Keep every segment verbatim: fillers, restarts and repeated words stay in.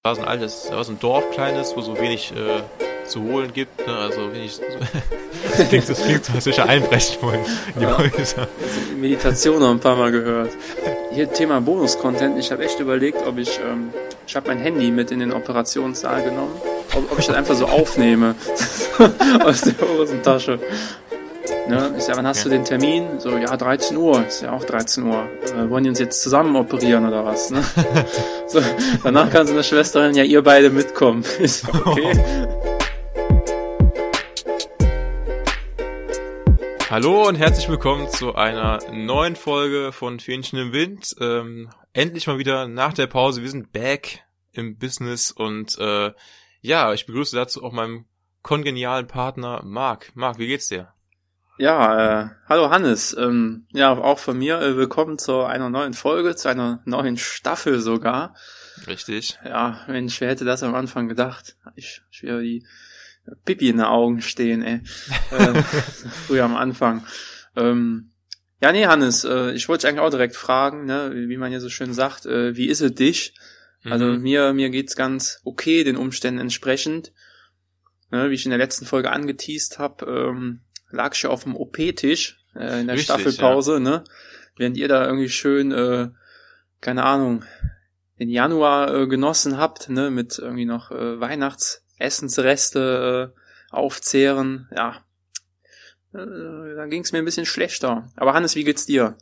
war so ein altes, war so ein Dorf kleines, wo so wenig äh, zu holen gibt, ne? Also wenig. So das klingt, das klingt so, als würde ich einbrechen wollen in die Ja. Häuser. Meditation noch ein paar Mal gehört. Hier Thema Bonus-Content. Ich habe echt überlegt, ob ich, ähm, ich habe mein Handy mit in den Operationssaal genommen, ob, ob ich das einfach so aufnehme aus der Hosentasche. Ne? Ich sag, wann hast Ja. du den Termin? So, ja, dreizehn Uhr. Ist ja auch dreizehn Uhr. Äh, wollen die uns jetzt zusammen operieren oder was? Ne? So, danach kann so eine Schwesterin, ja, ihr beide mitkommen. Ich so, okay. Hallo und herzlich willkommen zu einer neuen Folge von Fähnchen im Wind. Ähm, endlich mal wieder nach der Pause. Wir sind back im Business und äh, ja, ich begrüße dazu auch meinen kongenialen Partner Marc. Marc, wie geht's dir? Ja, äh, hallo Hannes. Ähm, ja, auch von mir äh, willkommen zu einer neuen Folge, zu einer neuen Staffel sogar. Richtig. Ja, Mensch, wer hätte das am Anfang gedacht? Ich, ich wieder die Pipi in den Augen stehen, ey. äh, früher am Anfang. Ähm, ja, nee, Hannes, äh, ich wollte dich eigentlich auch direkt fragen, ne, wie man hier so schön sagt, äh, wie ist es dich? Also Mhm. mir mir geht's ganz okay, den Umständen entsprechend. Ne, wie ich in der letzten Folge angeteast habe, ähm, lag ich ja auf dem O P-Tisch äh, in der Richtig, Staffelpause, ne? Während ihr da irgendwie schön, äh, keine Ahnung, den Januar äh, genossen habt, ne? Mit irgendwie noch äh, Weihnachtsessensreste äh, aufzehren, ja. Äh, da ging's mir ein bisschen schlechter. Aber Hannes, wie geht's dir?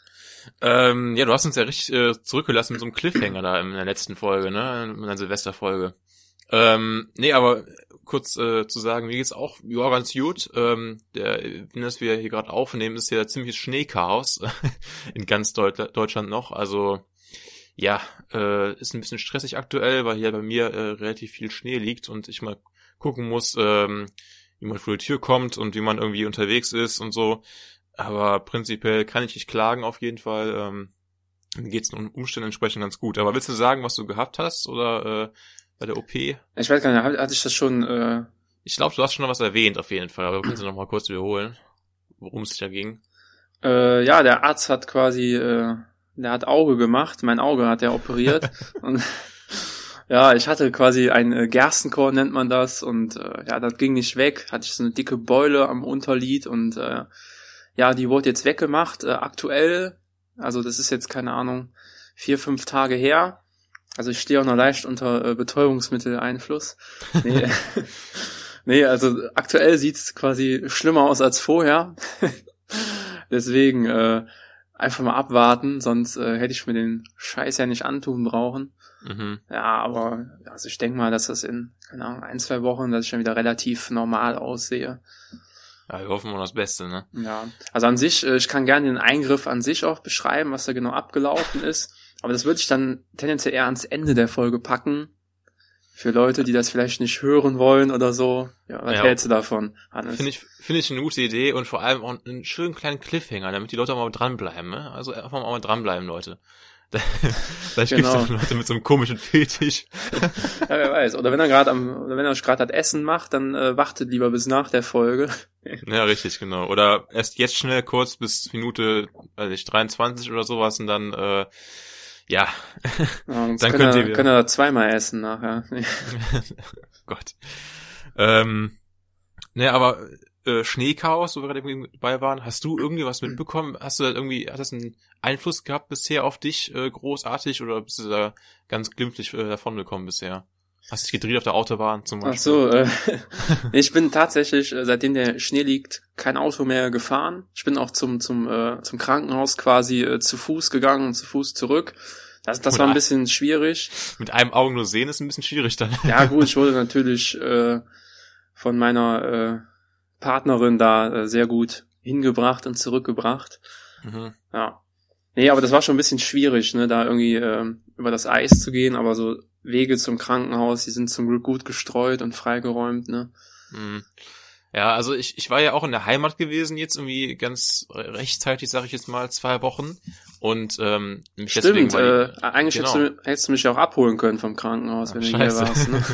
Ähm, ja, du hast uns ja richtig äh, zurückgelassen mit so einem Cliffhanger da in der letzten Folge, ne? In der Silvesterfolge. Ähm, nee, aber kurz äh, zu sagen, mir geht's auch ja, ganz gut. Ähm, der, wenn das wir hier gerade aufnehmen, ist ja ziemliches Schneechaos in ganz Deut- Deutschland noch. Also ja, äh, ist ein bisschen stressig aktuell, weil hier bei mir äh, relativ viel Schnee liegt und ich mal gucken muss, ähm, wie man vor die Tür kommt und wie man irgendwie unterwegs ist und so. Aber prinzipiell kann ich nicht klagen auf jeden Fall. Ähm, mir geht's den Umständen entsprechend ganz gut. Aber willst du sagen, was du gehabt hast oder äh, bei der O P? Ich weiß gar nicht, hat- hatte ich das schon, äh, Ich glaube, du hast schon noch was erwähnt auf jeden Fall, aber du kannst du noch mal kurz wiederholen, worum es sich da ging. äh, ja, der Arzt hat quasi, äh, der hat Auge gemacht, mein Auge hat er operiert und ja, ich hatte quasi ein äh, Gerstenkorn, nennt man das, und äh, ja, das ging nicht weg, hatte ich so eine dicke Beule am Unterlid und äh, ja, die wurde jetzt weggemacht, äh, aktuell, also das ist jetzt, keine Ahnung, vier, fünf Tage her, also ich stehe auch noch leicht unter äh, Betäubungsmitteleinfluss. Nee, nee, also aktuell sieht's quasi schlimmer aus als vorher. Deswegen äh, einfach mal abwarten, sonst äh, hätte ich mir den Scheiß ja nicht antun brauchen. Mhm. Ja, aber also ich denke mal, dass das in, keine Ahnung, ein, zwei Wochen, dass ich dann wieder relativ normal aussehe. Ja, wir hoffen mal das Beste, ne? Ja, also an sich, äh, ich kann gerne den Eingriff an sich auch beschreiben, was da genau abgelaufen ist. Aber das würde ich dann tendenziell eher ans Ende der Folge packen. Für Leute, die das vielleicht nicht hören wollen oder so. Ja, was Ja. hältst du davon, Hannes? Finde ich, finde ich eine gute Idee und vor allem auch einen schönen kleinen Cliffhanger, damit die Leute auch mal dranbleiben, ne? Also einfach mal dranbleiben, Leute. Vielleicht Genau. gibt's auch Leute mit so einem komischen Fetisch. Ja, wer weiß. Oder wenn er gerade am, oder wenn er gerade das Essen macht, dann äh, wartet lieber bis nach der Folge. Ja, richtig, genau. Oder erst jetzt schnell kurz bis Minute, weiß ich, dreiundzwanzig oder sowas und dann, äh, ja. Ja, sonst Dann kann könnt er, ihr wieder- kann er zweimal essen nachher. Gott. Ähm, ne, aber äh, Schneechaos, wo wir gerade irgendwie dabei waren, hast du irgendwie was mitbekommen? Hast du da irgendwie, hat das einen Einfluss gehabt bisher auf dich, äh, großartig, oder bist du da ganz glimpflich äh, davon gekommen bisher? Hast dich gedreht auf der Autobahn zum Beispiel? Ach so, äh, ich bin tatsächlich, äh, seitdem der Schnee liegt, kein Auto mehr gefahren. Ich bin auch zum zum äh, zum Krankenhaus quasi äh, zu Fuß gegangen und zu Fuß zurück. Das, das war ein Oder- bisschen schwierig. Mit einem Auge nur sehen ist ein bisschen schwierig dann. Ja gut, ich wurde natürlich äh, von meiner äh, Partnerin da äh, sehr gut hingebracht und zurückgebracht. Mhm. Ja. Nee, aber das war schon ein bisschen schwierig, ne, da irgendwie ähm, über das Eis zu gehen, aber so Wege zum Krankenhaus, die sind zum Glück gut gestreut und freigeräumt, ne. Mhm. Ja, also ich ich war ja auch in der Heimat gewesen jetzt irgendwie ganz rechtzeitig, sage ich jetzt mal, zwei Wochen und ähm, mich deswegen Stimmt, mal äh, eigentlich genau. hättest, du, hättest du mich ja auch abholen können vom Krankenhaus, Ach, wenn du hier scheiße. warst, ne.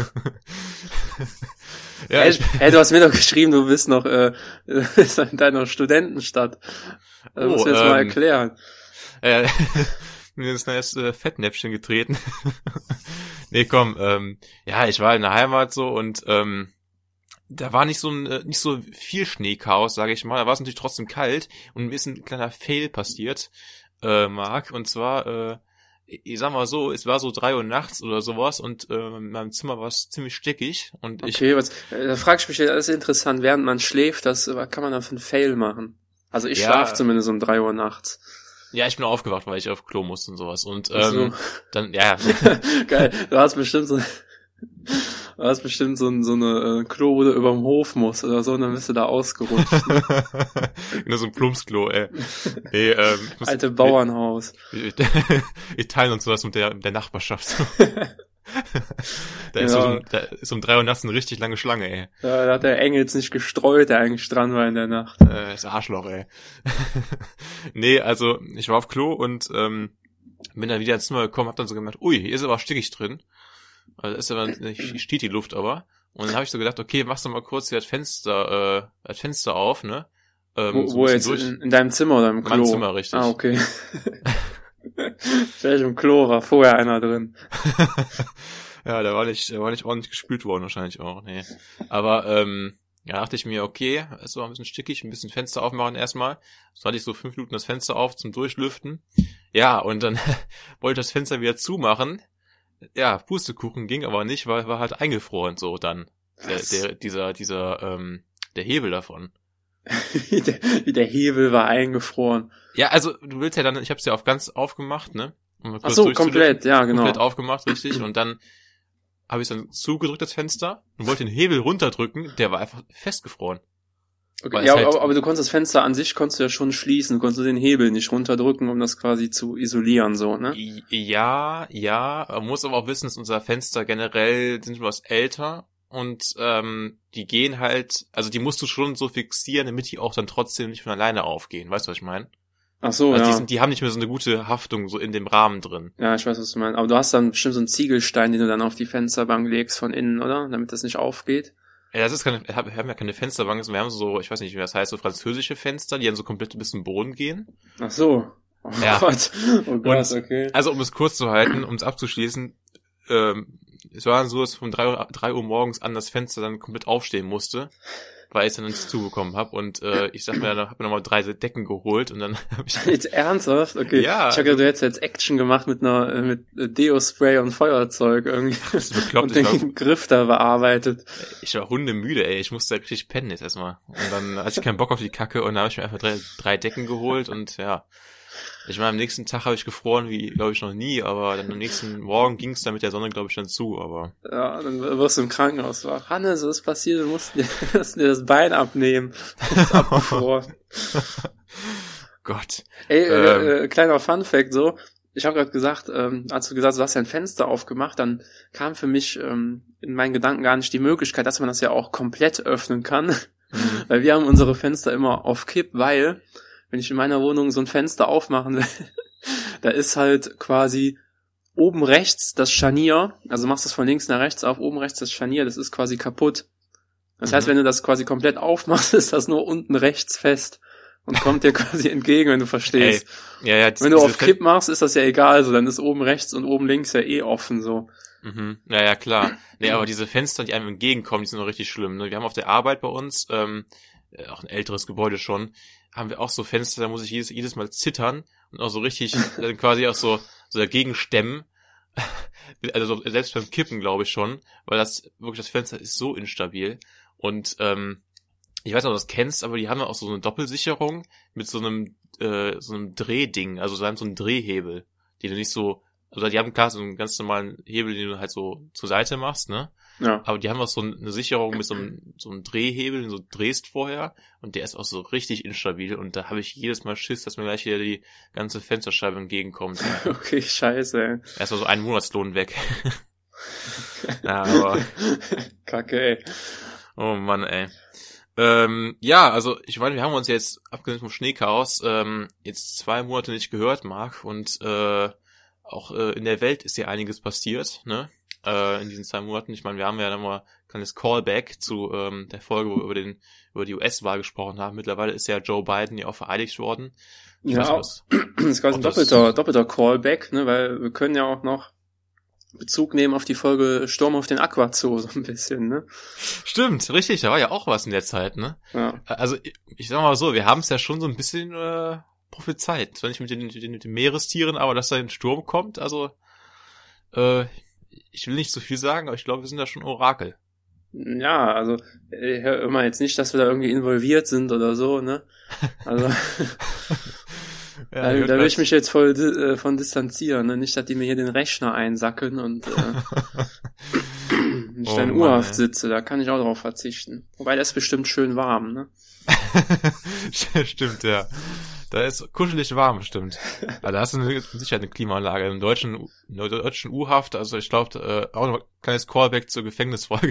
Ja, hey, ich, hey, du hast mir doch geschrieben, du bist noch äh, du bist in deiner Studentenstadt. Das Oh, musst du jetzt mal ähm, erklären. äh, mir ist ein neues äh, Fettnäpfchen getreten. Nee, komm, ähm, ja, ich war in der Heimat so und ähm, da war nicht so ein äh, nicht so viel Schneechaos, sage ich mal. Da war es natürlich trotzdem kalt und mir ist ein kleiner Fail passiert, äh, Marc. Und zwar, äh, ich sag mal so, es war so drei Uhr nachts oder sowas und äh, in meinem Zimmer war es ziemlich stickig und ich. Okay, was? Da frag ich mich, das ist interessant. Während man schläft, das was kann man da für einen Fail machen? Also ich Ja. schlafe zumindest um drei Uhr nachts. Ja, ich bin aufgewacht, weil ich auf Klo musste und sowas. Und Ach so. ähm, dann, ja, Geil. Du hast bestimmt so, du hast bestimmt so, ein, so eine äh, Klo, wo du überm Hof musst oder so, und dann bist du da ausgerutscht. nur so ein Plumpsklo, ey. Nee, ähm, ich muss, Alte Bauernhaus. Wir, wir teilen uns sowas mit der, mit der Nachbarschaft. Da ist, Ja. so ein, da ist um drei Uhr nachts eine richtig lange Schlange, ey. Ja, da hat der Engels nicht gestreut, der eigentlich dran war in der Nacht. Äh, das Arschloch, ey. Nee, also ich war auf Klo und ähm, bin dann wieder ins Zimmer gekommen, hab dann so gemerkt, ui, hier ist aber stickig drin. Also ist aber nicht, steht die Luft aber. Und dann habe ich so gedacht, okay, machst du mal kurz hier das Fenster, äh, das Fenster auf, ne? Ähm, Wo, so wo ein jetzt? bisschen In, in deinem Zimmer oder im Klo? Mein Zimmer, richtig. Ah, okay. Vielleicht im Klo war vorher einer drin. Ja, der war nicht, der war nicht ordentlich gespült worden wahrscheinlich auch, nee. Aber ähm, ja, dachte ich mir, okay, es war ein bisschen stickig, ein bisschen Fenster aufmachen erstmal. So hatte ich so fünf Minuten das Fenster auf zum Durchlüften. Ja, und dann wollte ich das Fenster wieder zumachen. Ja, Pustekuchen ging aber nicht, weil war halt eingefroren so dann. Der, der, dieser, dieser, ähm, der Hebel davon. Wie der, wie der Hebel war eingefroren. Ja, also du willst ja dann, ich hab's ja auf ganz aufgemacht, ne? Um mal Ach kurz so, durchzulüften. komplett, ja, genau. Komplett aufgemacht, richtig. Und dann habe ich dann zugedrückt, das Fenster, und wollte den Hebel runterdrücken, der war einfach festgefroren. Okay, ja, halt aber, aber du konntest das Fenster an sich konntest du ja schon schließen, du konntest den Hebel nicht runterdrücken, um das quasi zu isolieren, so, ne? Ja, ja, man muss aber auch wissen, dass unser Fenster generell sind was älter und ähm, die gehen halt, also die musst du schon so fixieren, damit die auch dann trotzdem nicht von alleine aufgehen, weißt du, was ich meine? Ach so, also ja. Die, sind, die haben nicht mehr so eine gute Haftung so in dem Rahmen drin. Ja, ich weiß, was du meinst. Aber du hast dann bestimmt so einen Ziegelstein, den du dann auf die Fensterbank legst von innen, oder? Damit das nicht aufgeht. Ja, das ist keine, wir haben ja keine Fensterbank, wir haben so, ich weiß nicht, wie das heißt, so französische Fenster, die dann so komplett bis zum Boden gehen. Ach so. Oh Ja. Gott. Oh Gott, Und, okay. Also um es kurz zu halten, um es abzuschließen, ähm, es war dann so, dass von drei Uhr, drei Uhr morgens an das Fenster dann komplett aufstehen musste, weil ich es dann nicht zubekommen habe und äh, ich sag mir, dann habe mir nochmal drei Decken geholt und dann habe ich Jetzt ernsthaft? Okay. Ja. Ich hab gedacht, du hättest jetzt Action gemacht mit einer äh, mit Deo-Spray und Feuerzeug irgendwie. bist du bekloppt, Und ich war, den Griff da bearbeitet. ich war hundemüde, ey, ich musste richtig pennen jetzt erstmal und dann hatte ich keinen Bock auf die Kacke und dann habe ich mir einfach drei, drei Decken geholt und ja, ich meine, am nächsten Tag habe ich gefroren wie, glaube ich, noch nie, aber dann am nächsten Morgen ging es dann mit der Sonne, glaube ich, dann zu, aber Ja, dann wirst du im Krankenhaus wach. Hannes, was ist passiert? Du musst dir, musst dir das Bein abnehmen. Das ist abgefroren. Gott. Ey, Ähm. äh, äh, kleiner Funfact so. Ich habe gerade gesagt, ähm, als du gesagt hast, du hast ja ein Fenster aufgemacht, dann kam für mich ähm, in meinen Gedanken gar nicht die Möglichkeit, dass man das ja auch komplett öffnen kann. Mhm. Weil wir haben unsere Fenster immer auf Kipp, weil, wenn ich in meiner Wohnung so ein Fenster aufmachen will, da ist halt quasi oben rechts das Scharnier, also machst du es von links nach rechts auf, oben rechts das Scharnier, das ist quasi kaputt. Das Mhm. heißt, wenn du das quasi komplett aufmachst, ist das nur unten rechts fest und kommt dir quasi entgegen, wenn du verstehst. Ey, ja, ja, Wenn du diese auf Kipp machst, ist das ja egal, so dann ist oben rechts und oben links ja eh offen, so. Mhm. Ja, ja, klar. Nee, aber diese Fenster, die einem entgegenkommen, die sind noch richtig schlimm. Ne? Wir haben auf der Arbeit bei uns, ähm, äh, auch ein älteres Gebäude schon, haben wir auch so Fenster, da muss ich jedes, jedes Mal zittern und auch so richtig dann quasi auch so, so dagegen stemmen. Also so, selbst beim Kippen, glaube ich schon, weil das wirklich, das Fenster ist so instabil. Und ähm, ich weiß nicht, ob du das kennst, aber die haben ja auch so eine Doppelsicherung mit so einem äh, so einem Drehding, also so einem so einen Drehhebel, die du nicht so, also die haben klar so einen ganz normalen Hebel, den du halt so zur Seite machst, ne? Ja. Aber die haben auch so eine Sicherung mit so einem, so einem Drehhebel, den du so drehst vorher, und der ist auch so richtig instabil, und da habe ich jedes Mal Schiss, dass mir gleich wieder die ganze Fensterscheibe entgegenkommt. Okay, scheiße, ey. Erstmal so einen Monatslohn weg. Ja, aber, Kacke, ey. oh Mann, ey. Ähm, ja, also ich meine, wir haben uns jetzt, abgesehen vom Schneechaos, ähm, jetzt zwei Monate nicht gehört, Marc, und äh, auch äh, in der Welt ist ja einiges passiert, ne? Äh, in diesen zwei Monaten. Ich meine, wir haben ja dann mal ein kleines Callback zu ähm, der Folge, wo wir über den über die U S-Wahl gesprochen haben. Mittlerweile ist ja Joe Biden ja auch vereidigt worden. Ich Ja, weiß, was, das ist quasi ein doppelter, doppelter Callback, ne, weil wir können ja auch noch Bezug nehmen auf die Folge Sturm auf den Aquazoo so ein bisschen, ne? Stimmt, richtig, da war ja auch was in der Zeit, ne? Ja. Also ich, ich sag mal so, wir haben es ja schon so ein bisschen äh, prophezeit, zwar nicht mit den, mit den, mit den Meerestieren, aber dass da ein Sturm kommt, also äh, ich will nicht so viel sagen, aber ich glaube, wir sind da schon Orakel. Ja, also ich höre immer jetzt nicht, dass wir da irgendwie involviert sind oder so, ne? Also ja, da, da will ich mich jetzt voll äh, von distanzieren, ne? Nicht, dass die mir hier den Rechner einsackeln und äh, ich oh da in Mann, Urhaft ey. sitze, da kann ich auch drauf verzichten. Wobei das ist bestimmt schön warm, ne? Stimmt, ja. Da ist kuschelig warm, stimmt. Also da hast du eine, sicher eine Klimaanlage im deutschen, in der deutschen U-Haft, also ich glaube, äh, auch noch ein kleines Callback zur Gefängnisfolge.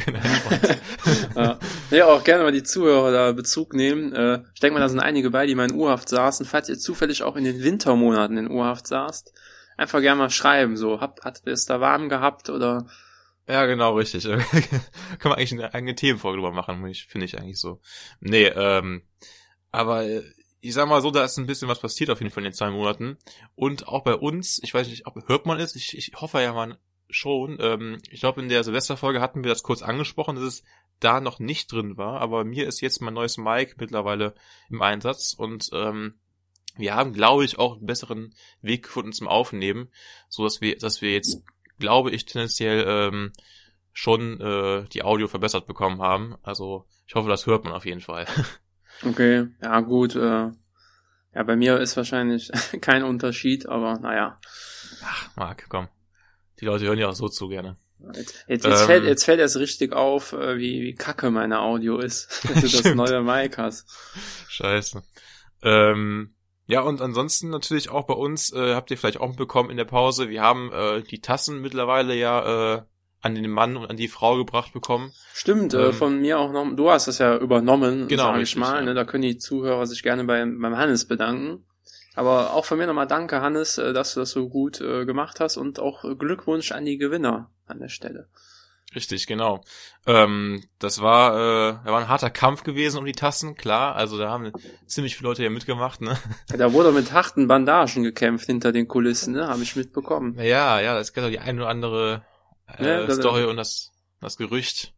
Ja. Ja, auch gerne mal die Zuhörer da Bezug nehmen. Äh, ich denke mal, da sind einige bei, die mal in U-Haft saßen. Falls ihr zufällig auch in den Wintermonaten in U-Haft saßt, einfach gerne mal schreiben, so, habt, hattet ihr es da warm gehabt oder... Ja, genau, richtig. Kann man eigentlich eine eigene Themenfolge drüber machen, finde ich eigentlich so. Nee, ähm, aber ich sag mal so, da ist ein bisschen was passiert auf jeden Fall in den zwei Monaten. Und auch bei uns, ich weiß nicht, ob hört man es, ich, ich hoffe ja mal schon, ähm, ich glaube in der Silvesterfolge hatten wir das kurz angesprochen, dass es da noch nicht drin war, aber mir ist jetzt mein neues Mic mittlerweile im Einsatz und ähm, wir haben, glaube ich, auch einen besseren Weg gefunden zum Aufnehmen, so dass wir, dass wir jetzt, glaube ich, tendenziell ähm, schon äh, die Audio verbessert bekommen haben. Also ich hoffe, das hört man auf jeden Fall. Okay, ja gut, äh, ja, bei mir ist wahrscheinlich kein Unterschied, aber naja. Ach, Marc, komm. Die Leute hören ja auch so zu gerne. Jetzt, jetzt, jetzt, ähm, fällt, jetzt fällt erst richtig auf, äh, wie, wie kacke meine Audio ist, wenn du das neue Mic hast. Scheiße. Ähm, ja, und ansonsten natürlich auch bei uns, äh, habt ihr vielleicht auch mitbekommen in der Pause, wir haben äh, die Tassen mittlerweile ja äh, an den Mann und an die Frau gebracht bekommen. Stimmt, ähm, äh, von mir auch noch, du hast das ja übernommen, genau, sag ich richtig, mal, ja. ne, da können die Zuhörer sich gerne beim, beim Hannes bedanken. Aber auch von mir nochmal danke, Hannes, äh, dass du das so gut äh, gemacht hast und auch äh, Glückwunsch an die Gewinner an der Stelle. Richtig, genau. Ähm, das war, äh, war ein harter Kampf gewesen um die Tassen, klar. Also da haben ziemlich viele Leute ja mitgemacht, ne? Da wurde mit harten Bandagen gekämpft hinter den Kulissen, ne? Habe ich mitbekommen. Ja, ja, es gibt auch die eine oder andere äh, Ja, das- Story und das, das Gerücht.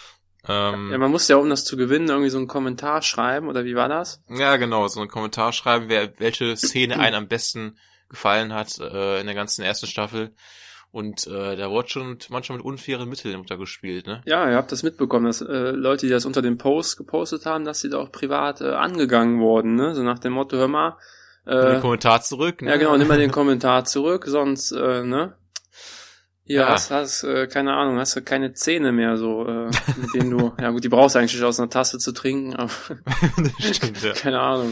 Ähm, Ja, man musste ja, um das zu gewinnen, irgendwie so einen Kommentar schreiben, oder wie war das? ja, genau, so einen Kommentar schreiben, wer welche Szene einen am besten gefallen hat äh, in der ganzen ersten Staffel. Und äh, da wurde schon manchmal mit unfairen Mitteln untergespielt, ne? Ja, ihr habt das mitbekommen, dass äh, Leute, die das unter dem Post gepostet haben, dass sie da auch privat äh, angegangen wurden, ne? So nach dem Motto, hör mal, Äh, äh, Kommentar zurück, ne? ja genau, nimm mal den Kommentar zurück, sonst, äh, ne? Hier Ja. hast, hast äh, keine Ahnung, hast du keine Zähne mehr so, äh, mit denen du, ja gut, die brauchst du eigentlich nicht aus einer Tasse zu trinken, aber Das stimmt, ja. keine Ahnung.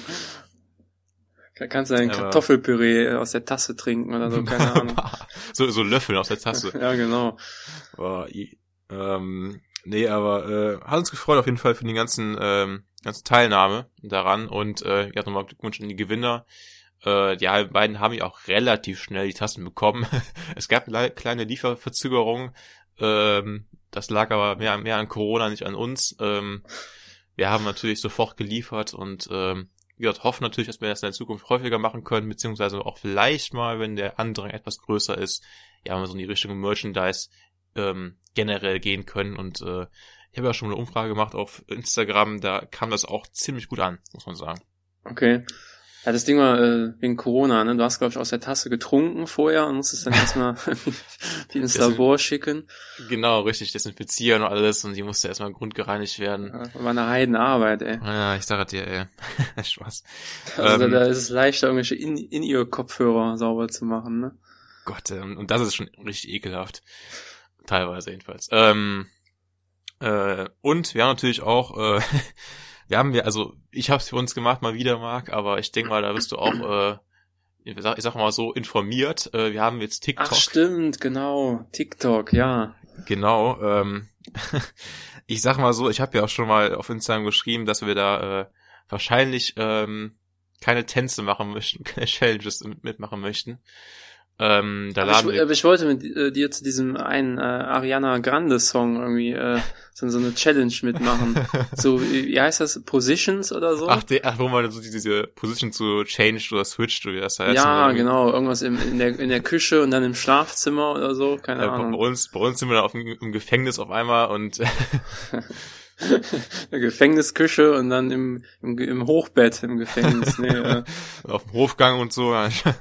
Ka- Kannst du ein Aber- Kartoffelpüree aus der Tasse trinken oder so, keine Ahnung. so, so Löffeln aus der Tasse. Ja, genau. Boah, i- ähm, nee, aber äh, hat uns gefreut auf jeden Fall für die ganzen ähm, ganze Teilnahme daran und äh, ja, nochmal Glückwunsch an die Gewinner. Äh, die beiden haben ja auch relativ schnell die Tassen bekommen. Es gab eine kleine Lieferverzögerung. Ähm, das lag aber mehr, mehr an Corona, nicht an uns. Ähm, wir haben natürlich sofort geliefert und ähm, wie gesagt, hoffen natürlich, dass wir das in der Zukunft häufiger machen können, beziehungsweise auch vielleicht mal, wenn der Andrang etwas größer ist, ja, mal so in die Richtung Merchandise ähm, generell gehen können. Und äh, ich habe ja schon eine Umfrage gemacht auf Instagram, da kam das auch ziemlich gut an, muss man sagen. Okay. Ja, das Ding war äh, wegen Corona, ne? Du hast, glaube ich, aus der Tasse getrunken vorher und musstest dann erstmal die ins Deswegen- Labor schicken. Genau, richtig, desinfizieren und alles und die musste erstmal grundgereinigt werden. Ja, war eine Heidenarbeit, ey. Ja, ich sage dir, ey. Spaß. Also Ähm, da, da ist es leichter, irgendwelche in, in ihr Kopfhörer sauber zu machen, ne? Gott, ähm, und das ist schon richtig ekelhaft. Teilweise jedenfalls. Ähm, äh, und wir haben natürlich auch, äh, wir haben wir, also ich habe es für uns gemacht, mal wieder, Marc, aber ich denke mal, da wirst du auch, äh, ich sag, ich sag mal so, informiert. Äh, wir haben jetzt TikTok. Ach stimmt, genau. TikTok, ja. Genau. Ähm, ich sag mal so, ich habe ja auch schon mal auf Instagram geschrieben, dass wir da äh, wahrscheinlich ähm, keine Tänze machen möchten, keine Challenges mitmachen möchten. Ähm, da aber, laden ich, wir aber ich wollte mit äh, dir zu diesem einen äh, Ariana Grande Song irgendwie äh, so, so eine Challenge mitmachen. So, wie, wie heißt das? Positions oder so? Ach, de, ach, wo man so diese Position zu changed oder switched, oder wie das heißt. Ja, genau, irgendwas im, in der in der Küche und dann im Schlafzimmer oder so, keine äh, Ahnung. Bei uns, bei uns sind wir dann auf dem, im Gefängnis auf einmal und Gefängnisküche und dann im, im im Hochbett im Gefängnis. Nee, äh. auf dem Hofgang und so.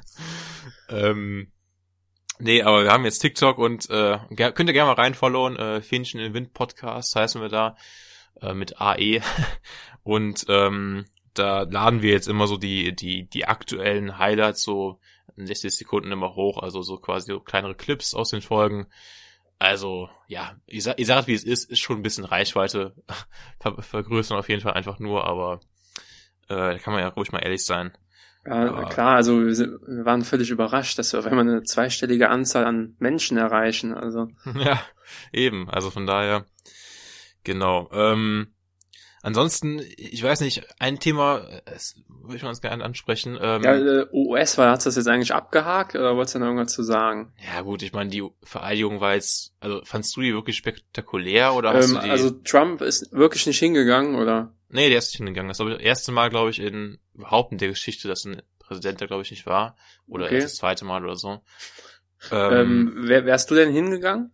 ähm, nee, aber wir haben jetzt TikTok und äh, ger- könnt ihr gerne mal reinfollowen, äh, Fähnchen im Wind Podcast heißen wir da, äh, mit A E. Und ähm, da laden wir jetzt immer so die die die aktuellen Highlights so in sechzig Sekunden immer hoch, also so quasi so kleinere Clips aus den Folgen. Also, ja, ich sag, ich sag, wie es ist, ist schon ein bisschen Reichweite ver- vergrößern auf jeden Fall einfach nur, aber äh, da kann man ja ruhig mal ehrlich sein. Ja, Aber klar, also wir, sind, wir waren völlig überrascht, dass wir auf einmal eine zweistellige Anzahl an Menschen erreichen. Also ja, eben, also von daher, genau. Ähm, ansonsten, ich weiß nicht, ein Thema, das würde ich mal ganz gerne ansprechen. Ähm, ja, äh, U S war, hat das jetzt eigentlich abgehakt oder wolltest du noch irgendwas zu sagen? ja gut, ich meine, die Vereidigung war jetzt, also fandst du die wirklich spektakulär oder hast Ähm, du die... also Trump ist wirklich nicht hingegangen, oder? Nee, der ist nicht hingegangen. Das war das erste Mal, glaube ich, in überhaupt in der Geschichte, dass ein Präsident da, glaube ich, nicht war. Oder Okay. erst das zweite Mal oder so. Ähm, Ähm, wär, wärst du denn hingegangen?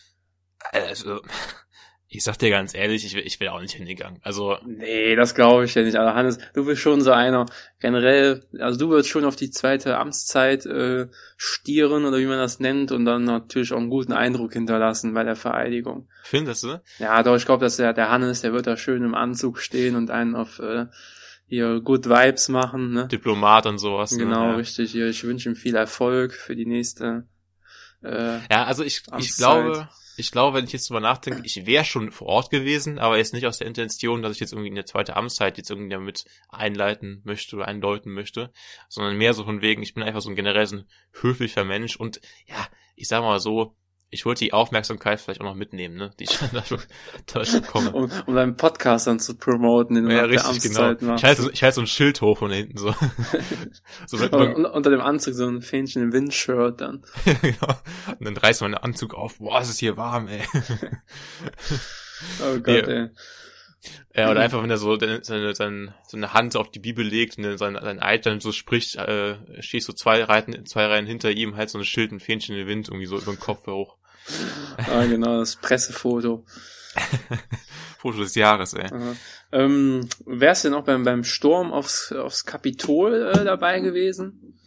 also, ich sag dir ganz ehrlich, ich, ich wäre auch nicht hingegangen. Also, Nee, das glaube ich ja nicht. Also Hannes, du bist schon so einer, generell, also du würdest schon auf die zweite Amtszeit äh, stieren oder wie man das nennt und dann natürlich auch einen guten Eindruck hinterlassen bei der Vereidigung. findest du? Ja, doch, ich glaube, dass der, der Hannes, der wird da schön im Anzug stehen und einen auf äh, hier Good Vibes machen, ne? Diplomat und sowas. Genau, ne? Ja. richtig. Hier, ich wünsche ihm viel Erfolg für die nächste äh, Ja, also ich, ich Amtszeit. glaube, ich glaube, wenn ich jetzt drüber nachdenke, ich wäre schon vor Ort gewesen, aber jetzt nicht aus der Intention, dass ich jetzt irgendwie in der zweiten Amtszeit jetzt irgendwie damit einleiten möchte oder eindeuten möchte, sondern mehr so von wegen, ich bin einfach so ein generell so ein höflicher Mensch und ja, ich sag mal so, ich wollte die Aufmerksamkeit vielleicht auch noch mitnehmen, ne, die ich dadurch, dadurch bekomme. um, um deinen Podcast dann zu promoten, den du Ja, nach der richtig, genau. Amtszeit machst. Ich halte, so- ich halte so ein Schild hoch von hinten, so. so mit, Und, und, unter dem Anzug so ein Fähnchen im Windshirt dann. genau. Und dann reißt man den Anzug auf, boah, es ist hier warm, ey. Oh Gott, Nee. ey. Ja, oder einfach, wenn er so seine, seine, seine, seine Hand auf die Bibel legt und dann sein, sein Eid dann so spricht, äh, stehst so zwei Reihen, zwei Reihen hinter ihm, halt so ein Schild, ein Fähnchen in den Wind, irgendwie so über den Kopf hoch. Ah, genau, das Pressefoto. Foto des Jahres, ey. Aha. Ähm, wärst du noch beim, beim Sturm aufs, aufs Kapitol äh, dabei gewesen?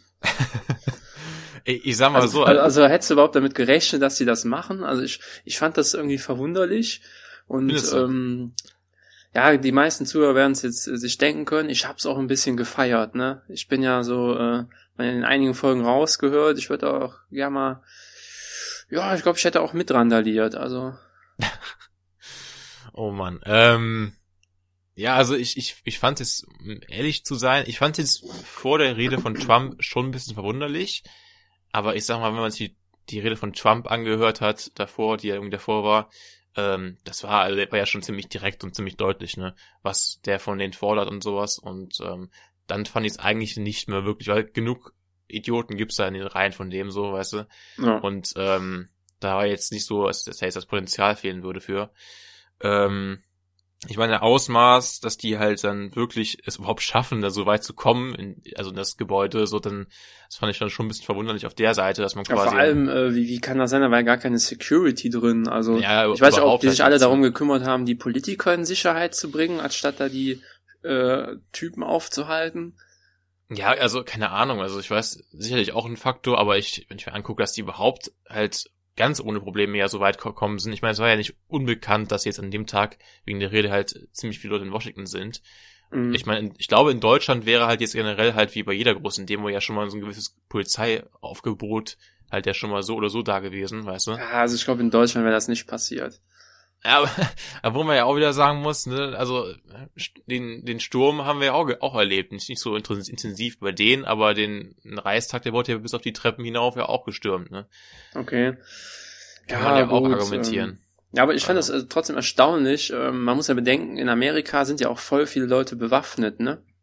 Ey, ich sag mal Also, so, also, also hättest du überhaupt damit gerechnet, dass sie das machen? Also ich, ich fand das irgendwie verwunderlich. Und Findest du? ähm, ja, die meisten Zuhörer werden es jetzt äh, sich denken können, ich hab's auch ein bisschen gefeiert, ne? Ich bin ja so äh, in einigen Folgen rausgehört, ich würde auch gerne mal, ja, ich glaube, ich hätte auch mit randaliert, also. oh Mann, ähm, ja, also ich, ich, ich fand es, um ehrlich zu sein, ich fand es vor der Rede von Trump schon ein bisschen verwunderlich, aber ich sag mal, wenn man sich die, die Rede von Trump angehört hat, davor, die ja irgendwie davor war, ähm, das war, also der war ja schon ziemlich direkt und ziemlich deutlich, ne, was der von denen fordert und sowas, und ähm, dann fand ich es eigentlich nicht mehr wirklich, weil genug Idioten gibt's da in den Reihen von dem so, weißt du, Ja. und ähm, da war jetzt nicht so, dass jetzt das Potenzial fehlen würde für. Ähm, ich meine, der Ausmaß, dass die halt dann wirklich es überhaupt schaffen, da so weit zu kommen, in, also in das Gebäude, so dann, das fand ich dann schon ein bisschen verwunderlich auf der Seite, dass man Ja, quasi... vor allem, äh, wie, wie kann das sein? Da war ja gar keine Security drin. Also Ja, ich weiß nicht, ob überhaupt die sich halt alle nicht. darum gekümmert haben, die Politiker in Sicherheit zu bringen, anstatt da die äh, Typen aufzuhalten. Ja, also keine Ahnung, also ich weiß, sicherlich auch ein Faktor, aber ich, wenn ich mir angucke, dass die überhaupt halt ganz ohne Probleme ja so weit gekommen sind. Ich meine, es war ja nicht unbekannt, dass jetzt an dem Tag wegen der Rede halt ziemlich viele Leute in Washington sind. Mhm. Ich meine, ich glaube, in Deutschland wäre halt jetzt generell halt wie bei jeder großen Demo ja schon mal so ein gewisses Polizeiaufgebot halt ja schon mal so oder so da gewesen, weißt du? Ja, also ich glaube, in Deutschland wäre das nicht passiert. Ja, aber, aber wo man ja auch wieder sagen muss, ne, also den den Sturm haben wir ja auch, auch erlebt. Nicht, nicht so intensiv bei denen, aber den, den Reichstag, der wurde ja bis auf die Treppen hinauf ja auch gestürmt, ne? Okay. Kann man ja auch gut, argumentieren. Ähm, ja, aber ich fand Also. das äh, trotzdem erstaunlich. Ähm, man muss ja bedenken, in Amerika sind ja auch voll viele Leute bewaffnet, ne?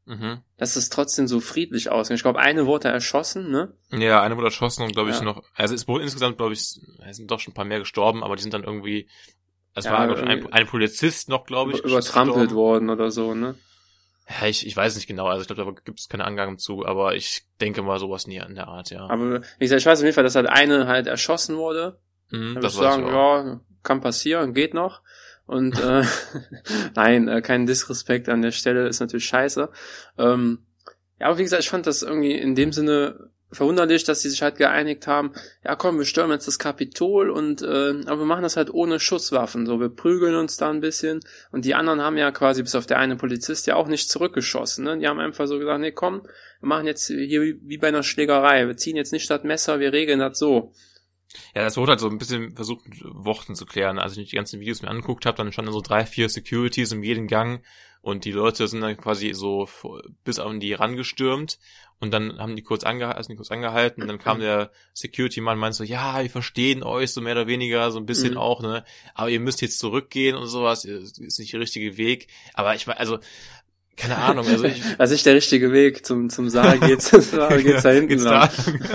mhm. dass es trotzdem so friedlich ausging. Ich glaube, eine wurde erschossen, ne? Ja, eine wurde erschossen und glaube ich ja. noch, also es wurde insgesamt, glaube ich, es sind doch schon ein paar mehr gestorben, aber die sind dann irgendwie, es ja, war glaub ich, ein, ein Polizist noch, glaube ich, übertrampelt worden oder so, ne? Ja, ich, ich weiß nicht genau, also ich glaube, da gibt es keine Angaben zu, aber ich denke mal sowas nie in der Art, ja. Aber wie gesagt, ich weiß auf jeden Fall, dass halt eine halt erschossen wurde. Mhm, da das würde ich sagen, ich ja, kann passieren, geht noch. Und äh, nein, äh, kein Disrespekt an der Stelle, ist natürlich scheiße. Ähm, ja, aber wie gesagt, ich fand das irgendwie in dem Sinne verwunderlich, dass die sich halt geeinigt haben, ja komm, wir stürmen jetzt das Kapitol und äh, aber wir machen das halt ohne Schusswaffen, so wir prügeln uns da ein bisschen und die anderen haben ja quasi bis auf der eine Polizist ja auch nicht zurückgeschossen, ne? Die haben einfach so gesagt, nee komm, wir machen jetzt hier wie, wie bei einer Schlägerei, wir ziehen jetzt nicht das Messer, wir regeln das so. Ja, das wurde halt so ein bisschen versucht mit Worten zu klären. Als ich die ganzen Videos mir angeguckt habe, dann standen so drei, vier Securities in jedem Gang und die Leute sind dann quasi so bis an die rangestürmt und dann haben die kurz, angeha- also die kurz angehalten und dann kam der Security-Mann und meinte so, ja, wir verstehen euch so mehr oder weniger, so ein bisschen mhm. auch, ne, aber ihr müsst jetzt zurückgehen und sowas, das ist nicht der richtige Weg. Aber ich meine, also keine Ahnung, also ich... Das ist nicht der richtige Weg, zum zum Saal geht's, zum Saal geht's da hinten geht's lang.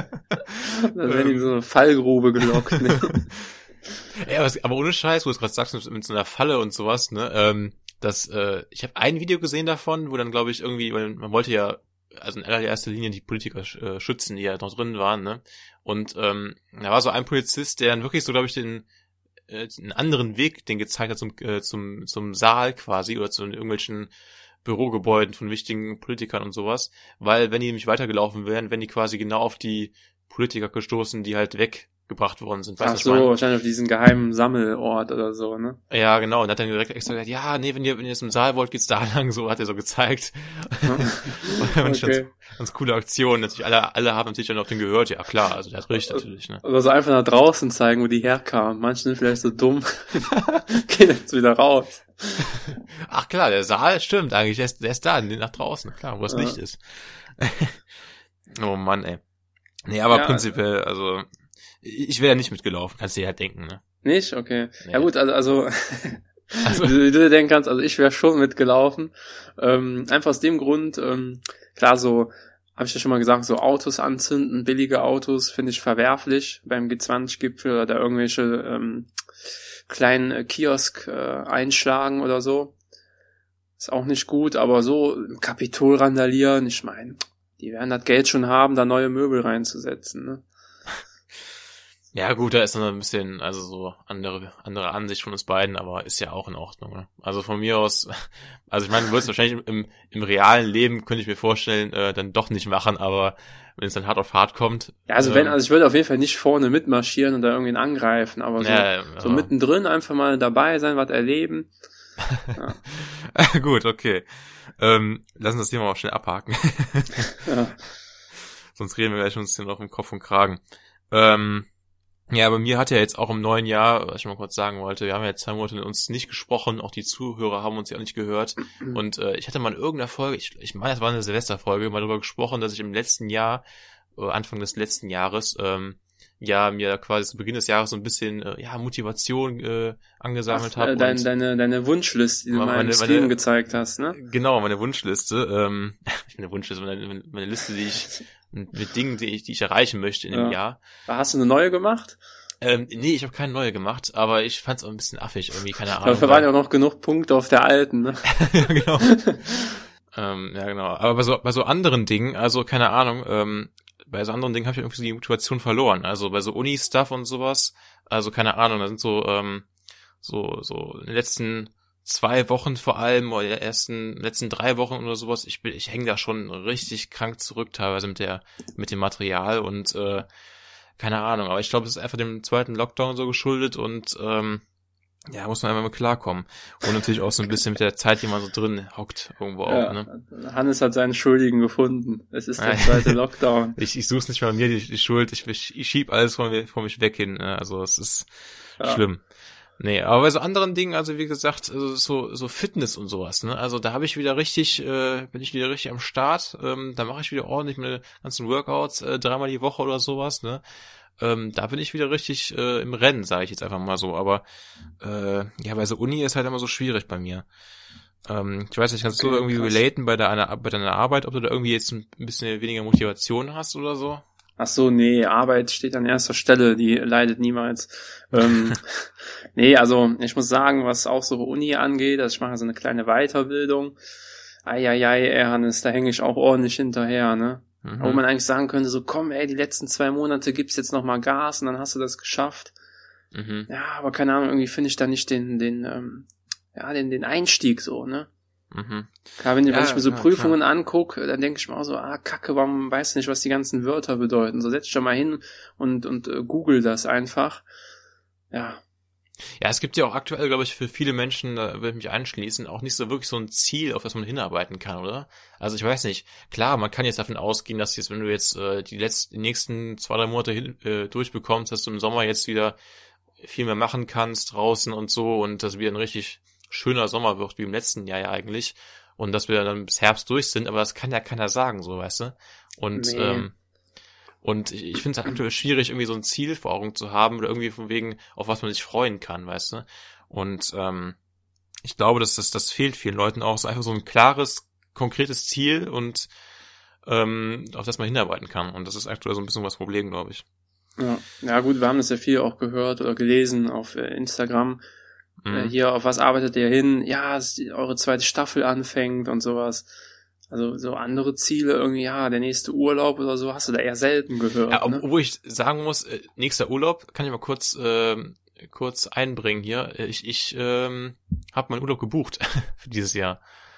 Dann werden die in so eine Fallgrube gelockt. Ne? Ja, aber, aber ohne Scheiß, wo du es gerade sagst, mit, mit so einer Falle und sowas, ne, ähm, das, äh, ich habe ein Video gesehen davon, wo dann, glaube ich, irgendwie, weil man wollte ja, also in allererster Linie die Politiker äh, schützen, die ja noch drin waren, ne, und ähm, da war so ein Polizist, der dann wirklich so, glaube ich, den äh, einen anderen Weg, den gezeigt hat zum, äh, zum, zum Saal quasi, oder zu irgendwelchen Bürogebäuden von wichtigen Politikern und sowas, weil wenn die nämlich weitergelaufen wären, wären die quasi genau auf die Politiker gestoßen, die halt weggebracht worden sind. Weißt Ach so, meine? Wahrscheinlich auf diesen geheimen Sammelort oder so, ne? Ja, genau, und hat dann direkt extra gesagt, ja, nee, wenn ihr, wenn ihr jetzt im Saal wollt, geht's da lang, so hat er so gezeigt. Okay. ganz, ganz coole Aktion, natürlich, alle, alle haben natürlich dann auch den gehört, ja klar, also der hat recht natürlich, ne? Oder so einfach nach draußen zeigen, wo die herkamen. Manche sind vielleicht so dumm, gehen jetzt wieder raus. Ach klar, der Saal stimmt eigentlich, der ist, der ist da, nach draußen, klar, wo das ja. Licht ist. Oh Mann, ey. Nee, aber ja, prinzipiell, also, ich wäre ja nicht mitgelaufen, kannst du dir halt denken, ne? Nicht? Okay. Nee. Ja gut, also, also, also. wie du dir denken kannst, also ich wäre schon mitgelaufen. Ähm, einfach aus dem Grund, ähm, klar, so, habe ich ja schon mal gesagt, so Autos anzünden, billige Autos, finde ich verwerflich beim G zwanzig Gipfel oder da irgendwelche ähm, kleinen äh, Kiosk äh, einschlagen oder so. Ist auch nicht gut, aber so im Kapitol randalieren, ich meine, die werden das Geld schon haben, da neue Möbel reinzusetzen, ne? Ja gut, da ist noch ein bisschen, also so andere andere Ansicht von uns beiden, aber ist ja auch in Ordnung, ne? Also von mir aus, also ich meine, du würdest wahrscheinlich im im realen Leben, könnte ich mir vorstellen, äh, dann doch nicht machen, aber wenn es dann hart auf hart kommt. Ja, also ähm, wenn, also ich würde auf jeden Fall nicht vorne mitmarschieren und da irgendwen angreifen, aber so, ja, ja. so mittendrin einfach mal dabei sein, was erleben. Ja. Gut, okay. Ähm, lassen wir das Thema auch schnell abhaken. Ja. Sonst reden wir gleich uns hier noch im Kopf und Kragen. Ähm, ja, bei mir hat ja jetzt auch im neuen Jahr, was ich mal kurz sagen wollte, wir haben ja jetzt zwei Monate mit uns nicht gesprochen, auch die Zuhörer haben uns ja auch nicht gehört. Und äh, ich hatte mal in irgendeiner Folge, ich, ich meine, das war eine Silvesterfolge, mal darüber gesprochen, dass ich im letzten Jahr, äh, Anfang des letzten Jahres, ähm, ja, mir quasi zu Beginn des Jahres so ein bisschen äh, ja Motivation äh, angesammelt habe. Äh, dein, deine deine Wunschliste, die du mal im Stream meine, gezeigt hast, ne? Genau, meine Wunschliste. Ähm, meine Wunschliste, meine, meine Liste, die ich mit Dingen, die ich, die ich erreichen möchte in dem ja. Jahr. Hast du eine neue gemacht? Ähm, nee, ich habe keine neue gemacht, aber ich fand's auch ein bisschen affig irgendwie, keine Ahnung. Dafür waren ja auch noch genug Punkte auf der alten, ne? Ja, genau. ähm, ja, genau. Aber bei so, bei so anderen Dingen, also keine Ahnung, ähm, bei so anderen Dingen habe ich irgendwie so die Motivation verloren. Also bei so Uni-Stuff und sowas, also keine Ahnung, da sind so, ähm, so, so in den letzten zwei Wochen vor allem, oder die ersten, letzten drei Wochen oder sowas, ich bin, ich hänge da schon richtig krank zurück teilweise mit der, mit dem Material und, äh, keine Ahnung, aber ich glaube, es ist einfach dem zweiten Lockdown so geschuldet und, ähm, ja, muss man einfach mal klarkommen. Und natürlich auch so ein bisschen mit der Zeit, die man so drin hockt, irgendwo ja, auch, ne? Hannes hat seinen Schuldigen gefunden. Es ist der zweite Lockdown. ich ich suche nicht mal mir die, die Schuld, ich, ich, ich schieb alles von mir, von mich weg hin, ne? Also es ist ja. schlimm. Nee, aber bei so anderen Dingen, also wie gesagt, also so so Fitness und sowas, ne? Also da habe ich wieder richtig, äh, bin ich wieder richtig am Start. Ähm, da mache ich wieder ordentlich meine ganzen Workouts äh, dreimal die Woche oder sowas, ne? Ähm, da bin ich wieder richtig äh, im Rennen, sage ich jetzt einfach mal so. Aber äh, ja, bei so Uni ist halt immer so schwierig bei mir. Ähm, ich weiß nicht, kannst du Okay, irgendwie krass. relaten bei deiner, bei deiner Arbeit, ob du da irgendwie jetzt ein bisschen weniger Motivation hast oder so? Ach so, nee, Arbeit steht an erster Stelle, die leidet niemals. Ähm, nee, also ich muss sagen, was auch so Uni angeht, also ich mache so eine kleine Weiterbildung. Eieiei, ey, Hannes, da hänge ich auch ordentlich hinterher, ne? Mhm. Wo man eigentlich sagen könnte, so komm, ey, die letzten zwei Monate gibst jetzt noch mal Gas und dann hast du das geschafft. Mhm. Ja, aber keine Ahnung, irgendwie finde ich da nicht den, den, ähm, ja, den, den Einstieg so, ne? Mhm. Klar, wenn, Ja, wenn ich mir so ja, Prüfungen klar. angucke, dann denke ich mir auch so, ah, Kacke, warum weißt du nicht, was die ganzen Wörter bedeuten? So, setz dich doch mal hin und, und äh, google das einfach. Ja. Ja, es gibt ja auch aktuell, glaube ich, für viele Menschen, da würde ich mich einschließen, auch nicht so wirklich so ein Ziel, auf das man hinarbeiten kann, oder? Also ich weiß nicht, klar, man kann jetzt davon ausgehen, dass jetzt, wenn du jetzt äh, die letzten, die nächsten zwei, drei Monate hin, äh, durchbekommst, dass du im Sommer jetzt wieder viel mehr machen kannst draußen und so und dass wieder ein richtig schöner Sommer wird, wie im letzten Jahr ja eigentlich. Und dass wir dann bis Herbst durch sind, aber das kann ja keiner sagen, so, weißt du? Und, Nee. ähm, und ich, ich finde es halt aktuell schwierig, irgendwie so ein Ziel vor Augen zu haben oder irgendwie von wegen, auf was man sich freuen kann, weißt du? Und ähm, ich glaube, dass das, das fehlt vielen Leuten auch, so einfach so ein klares, konkretes Ziel und ähm, auf das man hinarbeiten kann. Und das ist aktuell so ein bisschen das Problem, glaube ich. Ja. Ja gut, wir haben das ja viel auch gehört oder gelesen auf äh, Instagram. Mhm. Äh, hier, auf was arbeitet ihr hin? Ja, dass die, eure zweite Staffel anfängt und sowas. Also so andere Ziele, irgendwie, ja, der nächste Urlaub oder so, hast du da eher selten gehört. Ja, ne? obwohl ich sagen muss, äh, nächster Urlaub, kann ich mal kurz ähm, kurz einbringen hier. Ich ich ähm, habe meinen Urlaub gebucht für dieses Jahr.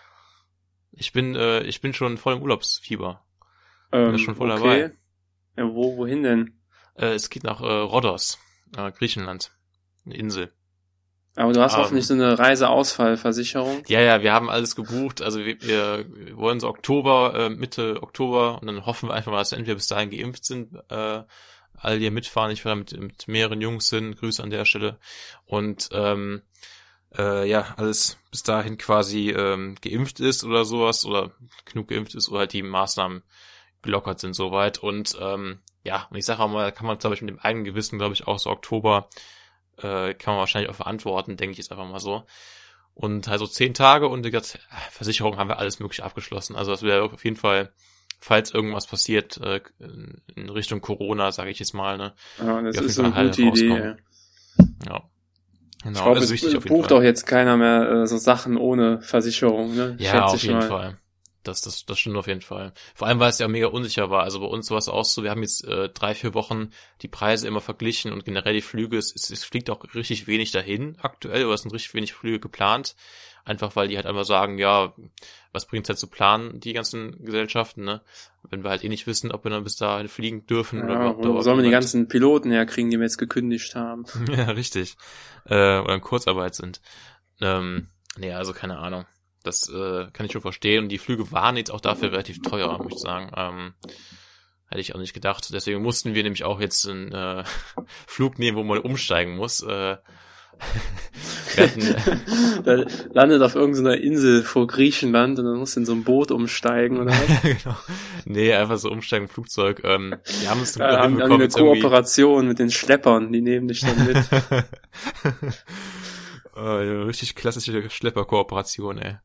Ich bin äh, ich bin schon voll im Urlaubsfieber. Ähm, Bin da schon voll okay. dabei. Ja, wo, wohin denn? Äh, es geht nach äh, Rhodos, äh, Griechenland, eine Insel. Aber du hast Ähm, hoffentlich so eine Reiseausfallversicherung. Ja, ja, wir haben alles gebucht. Also wir, wir, wir wollen so Oktober, äh, Mitte Oktober und dann hoffen wir einfach mal, dass wir entweder bis dahin geimpft sind, äh, all die mitfahren. Ich war da mit, mit mehreren Jungs hin, Grüße an der Stelle. Und ähm, äh, ja, alles bis dahin quasi ähm, geimpft ist oder sowas oder genug geimpft ist oder halt die Maßnahmen gelockert sind soweit. Und ähm, ja, und ich sage auch mal, da kann man, glaube ich, mit dem eigenen Gewissen, glaube ich, auch so Oktober äh, kann man wahrscheinlich auch verantworten, denke ich jetzt einfach mal so. Und halt so zehn Tage und die ganze Versicherung haben wir alles mögliche abgeschlossen. Also das wäre auf jeden Fall, falls irgendwas passiert, äh, in Richtung Corona, sage ich jetzt mal, ne. Ja, das auf jeden ist eine Fall gute halt Idee. rauskommen. Ja. Ja. Genau, Ich glaube, das es ist wichtig auf jeden bucht Fall. auch jetzt keiner mehr äh, so Sachen ohne Versicherung, ne? Ja, Schätze auf ich jeden mal. Fall. Das, das, das stimmt auf jeden Fall. Vor allem, weil es ja mega unsicher war. Also bei uns war es auch so, wir haben jetzt äh, drei, vier Wochen die Preise immer verglichen und generell die Flüge, es, es, es fliegt auch richtig wenig dahin aktuell, oder es sind richtig wenig Flüge geplant. Einfach weil die halt einfach sagen, ja, was bringt's halt zu planen, die ganzen Gesellschaften, ne? Wenn wir halt eh nicht wissen, ob wir dann bis dahin fliegen dürfen oder Ja, ob wo da sollen wir die jemand- ganzen Piloten herkriegen, die wir jetzt gekündigt haben? Ja, richtig. Äh, oder in Kurzarbeit sind. Ähm, nee, also keine Ahnung. Das äh, kann ich schon verstehen. Und die Flüge waren jetzt auch dafür relativ teuer, muss ich sagen. Ähm, hätte ich auch nicht gedacht. Deswegen mussten wir nämlich auch jetzt einen äh, Flug nehmen, wo man umsteigen muss. Äh, wir hatten, Da landet auf irgendeiner Insel vor Griechenland und dann musst du in so ein Boot umsteigen oder was? genau. Nee, einfach so umsteigen, Flugzeug. Ähm, wir haben es zum Ja, Glück haben, haben die hinbekommen. eine jetzt irgendwie- Kooperation mit den Schleppern, die nehmen dich dann mit. Oh, ja, richtig klassische Schlepperkooperation, ey.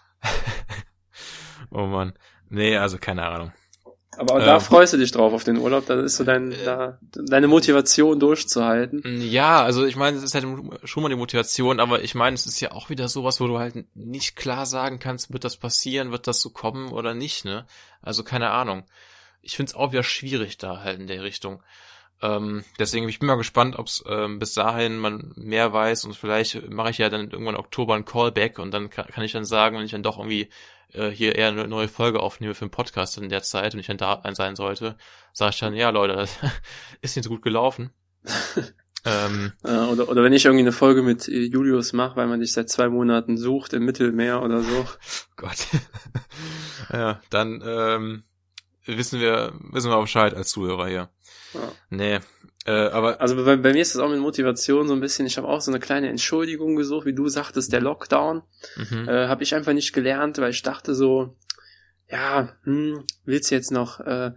Oh Mann. Nee, also keine Ahnung. Aber da Ähm. freust du dich drauf auf den Urlaub, da ist so dein, da, deine Motivation durchzuhalten. Ja, also ich meine, es ist halt schon mal die Motivation, aber ich meine, es ist ja auch wieder sowas, wo du halt nicht klar sagen kannst, wird das passieren, wird das so kommen oder nicht, ne? Also keine Ahnung. Ich find's auch wieder schwierig da halt in der Richtung. Ähm, deswegen ich bin mal gespannt, ob es ähm, bis dahin man mehr weiß und vielleicht mache ich ja dann irgendwann im Oktober ein Callback und dann kann, kann ich dann sagen, wenn ich dann doch irgendwie äh, hier eher eine neue Folge aufnehme für den Podcast in der Zeit und ich dann da sein sollte, sage ich dann, ja Leute, das ist nicht so gut gelaufen. ähm, Äh, oder, oder wenn ich irgendwie eine Folge mit äh, Julius mache, weil man dich seit zwei Monaten sucht im Mittelmeer oder so. Gott. Ja, dann ähm, wissen wir wissen wir Bescheid als Zuhörer hier. Ja. Nee, äh, aber Also bei, bei mir ist das auch mit Motivation so ein bisschen, ich habe auch so eine kleine Entschuldigung gesucht, wie du sagtest, der Lockdown. mhm. Äh, habe ich einfach nicht gelernt, weil ich dachte so, ja, hm, willst du jetzt noch äh,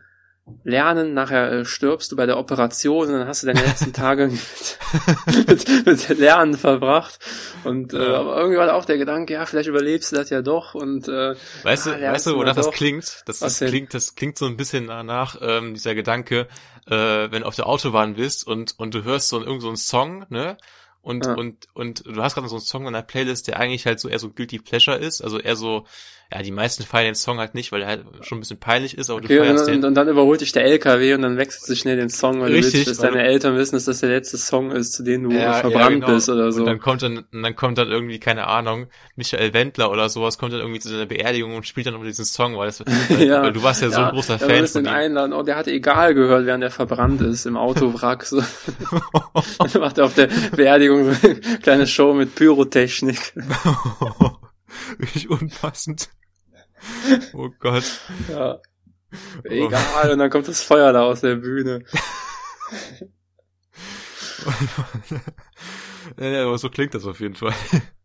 lernen, nachher äh, stirbst du bei der Operation und dann hast du deine letzten Tage mit, mit, mit Lernen verbracht und äh, Ja. aber irgendwie war da auch der Gedanke, ja, vielleicht überlebst du das ja doch und äh, Weißt du, ah, weißt du, lernst wonach das doch. klingt? Das, Was das denn? klingt, das klingt so ein bisschen danach, ähm, dieser Gedanke, äh, wenn du auf der Autobahn bist und, und du hörst so irgend so einen Song, ne? Und, Ja. und, und du hast gerade so einen Song in der Playlist, der eigentlich halt so eher so Guilty Pleasure ist, also eher so, ja, die meisten feiern den Song halt nicht, weil er halt schon ein bisschen peinlich ist, aber Okay, du und, feierst und, den. und dann überholt dich der L K W und dann wechselst du schnell den Song, weil Richtig, du willst, dass weil deine du- Eltern wissen, dass das der letzte Song ist, zu dem du Ja, äh, ja, verbrannt genau. bist oder so. Und dann kommt dann, und dann kommt dann irgendwie, keine Ahnung, Michael Wendler oder sowas, kommt dann irgendwie zu seiner Beerdigung und spielt dann über diesen Song, weil, das, weil, Ja. weil du warst ja so ein großer ja, Fan du von den ihm. einladen. Oh, der hat egal gehört, während er verbrannt ist im Autowrack. So. Dann macht er auf der Beerdigung so eine kleine Show mit Pyrotechnik. Richtig unpassend. Oh Gott. Ja. Egal, und dann kommt das Feuer da aus der Bühne. Ja, aber so klingt das auf jeden Fall.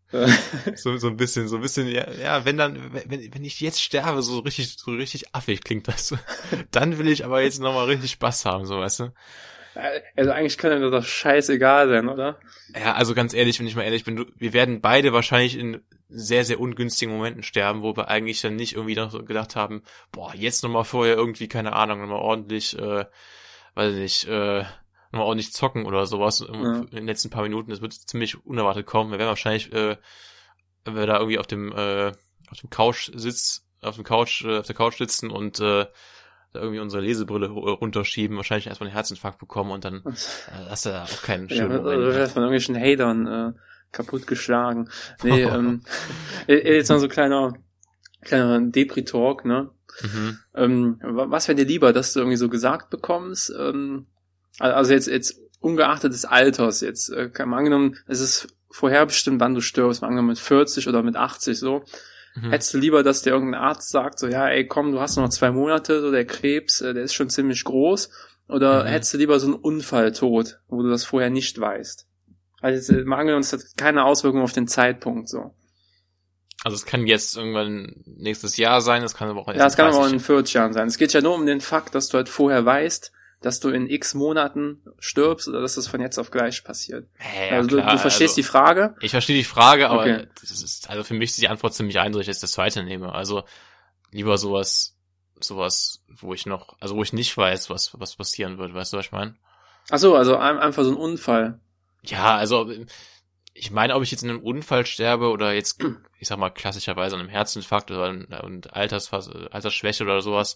So, so ein bisschen, so ein bisschen, ja, ja, wenn dann, wenn, wenn ich jetzt sterbe, so richtig, so richtig affig klingt das. Dann will ich aber jetzt nochmal richtig Spaß haben, so, weißt du? Also eigentlich kann einem das doch scheißegal sein, oder? Ja, also ganz ehrlich, wenn ich mal ehrlich bin, du, wir werden beide wahrscheinlich in sehr, sehr ungünstigen Momenten sterben, wo wir eigentlich dann nicht irgendwie noch so gedacht haben, boah, jetzt nochmal vorher irgendwie, keine Ahnung, nochmal ordentlich, äh, weiß ich nicht, äh, nochmal ordentlich zocken oder sowas Ja. in den letzten paar Minuten. Das wird ziemlich unerwartet kommen. Wir werden wahrscheinlich, äh, wenn wir da irgendwie auf dem, äh, auf dem Couch sitz, auf dem Couch, äh, auf der Couch sitzen und, äh, da irgendwie unsere Lesebrille runterschieben, wahrscheinlich erstmal einen Herzinfarkt bekommen und dann äh, hast du da auch keinen Ja, schönen oder Moment. du wirst von irgendwelchen Hatern äh, kaputtgeschlagen. Nee, ähm, jetzt noch so kleiner, kleiner Depri-Talk, ne? Mhm. Ähm, wa- was wäre dir lieber, dass du irgendwie so gesagt bekommst, ähm, al- also jetzt, jetzt ungeachtet des Alters jetzt, äh, kann man angenommen, es ist vorherbestimmt, wann du stirbst, mal angenommen mit vierzig oder mit achtzig so, Mhm. hättest du lieber, dass dir irgendein Arzt sagt, so, ja, ey, komm, du hast noch zwei Monate, so, der Krebs, äh, der ist schon ziemlich groß, oder Mhm. hättest du lieber so einen Unfalltod, wo du das vorher nicht weißt? Also jetzt, äh, mal angenommen, es hat keine Auswirkung auf den Zeitpunkt, so. Also es kann jetzt irgendwann nächstes Jahr sein, es kann aber auch erst Ja, es kann aber auch in dreißig vierzig Jahren sein. Es geht ja nur um den Fakt, dass du halt vorher weißt, dass du in x Monaten stirbst oder dass das von jetzt auf gleich passiert. Ja, also klar, du, du verstehst also, die Frage. ich verstehe die Frage, aber Okay. das ist, also für mich ist die Antwort ziemlich eindeutig, dass ich das zweite nehme. Also lieber sowas, sowas, wo ich noch, also wo ich nicht weiß, was, was passieren wird, weißt du, was ich meine? Ach so, also ein, einfach so ein Unfall. Ja, also ich meine, ob ich jetzt in einem Unfall sterbe oder jetzt, ich sag mal, klassischerweise an einem Herzinfarkt oder an Altersphase, Altersschwäche oder sowas.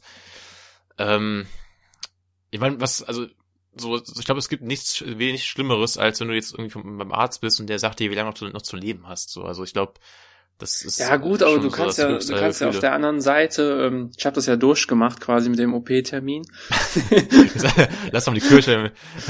Ähm, ich meine, was, also so, ich glaube, es gibt nichts wenig Schlimmeres, als wenn du jetzt irgendwie vom, beim Arzt bist und der sagt dir, wie lange noch du noch zu leben hast. So, also ich glaube, das ist Ja gut, aber schon du so kannst das ja, du höchste kannst ja auf Gefühle. der anderen Seite, ähm, ich habe das ja durchgemacht quasi mit dem O P-Termin. Lass mal die Kirche.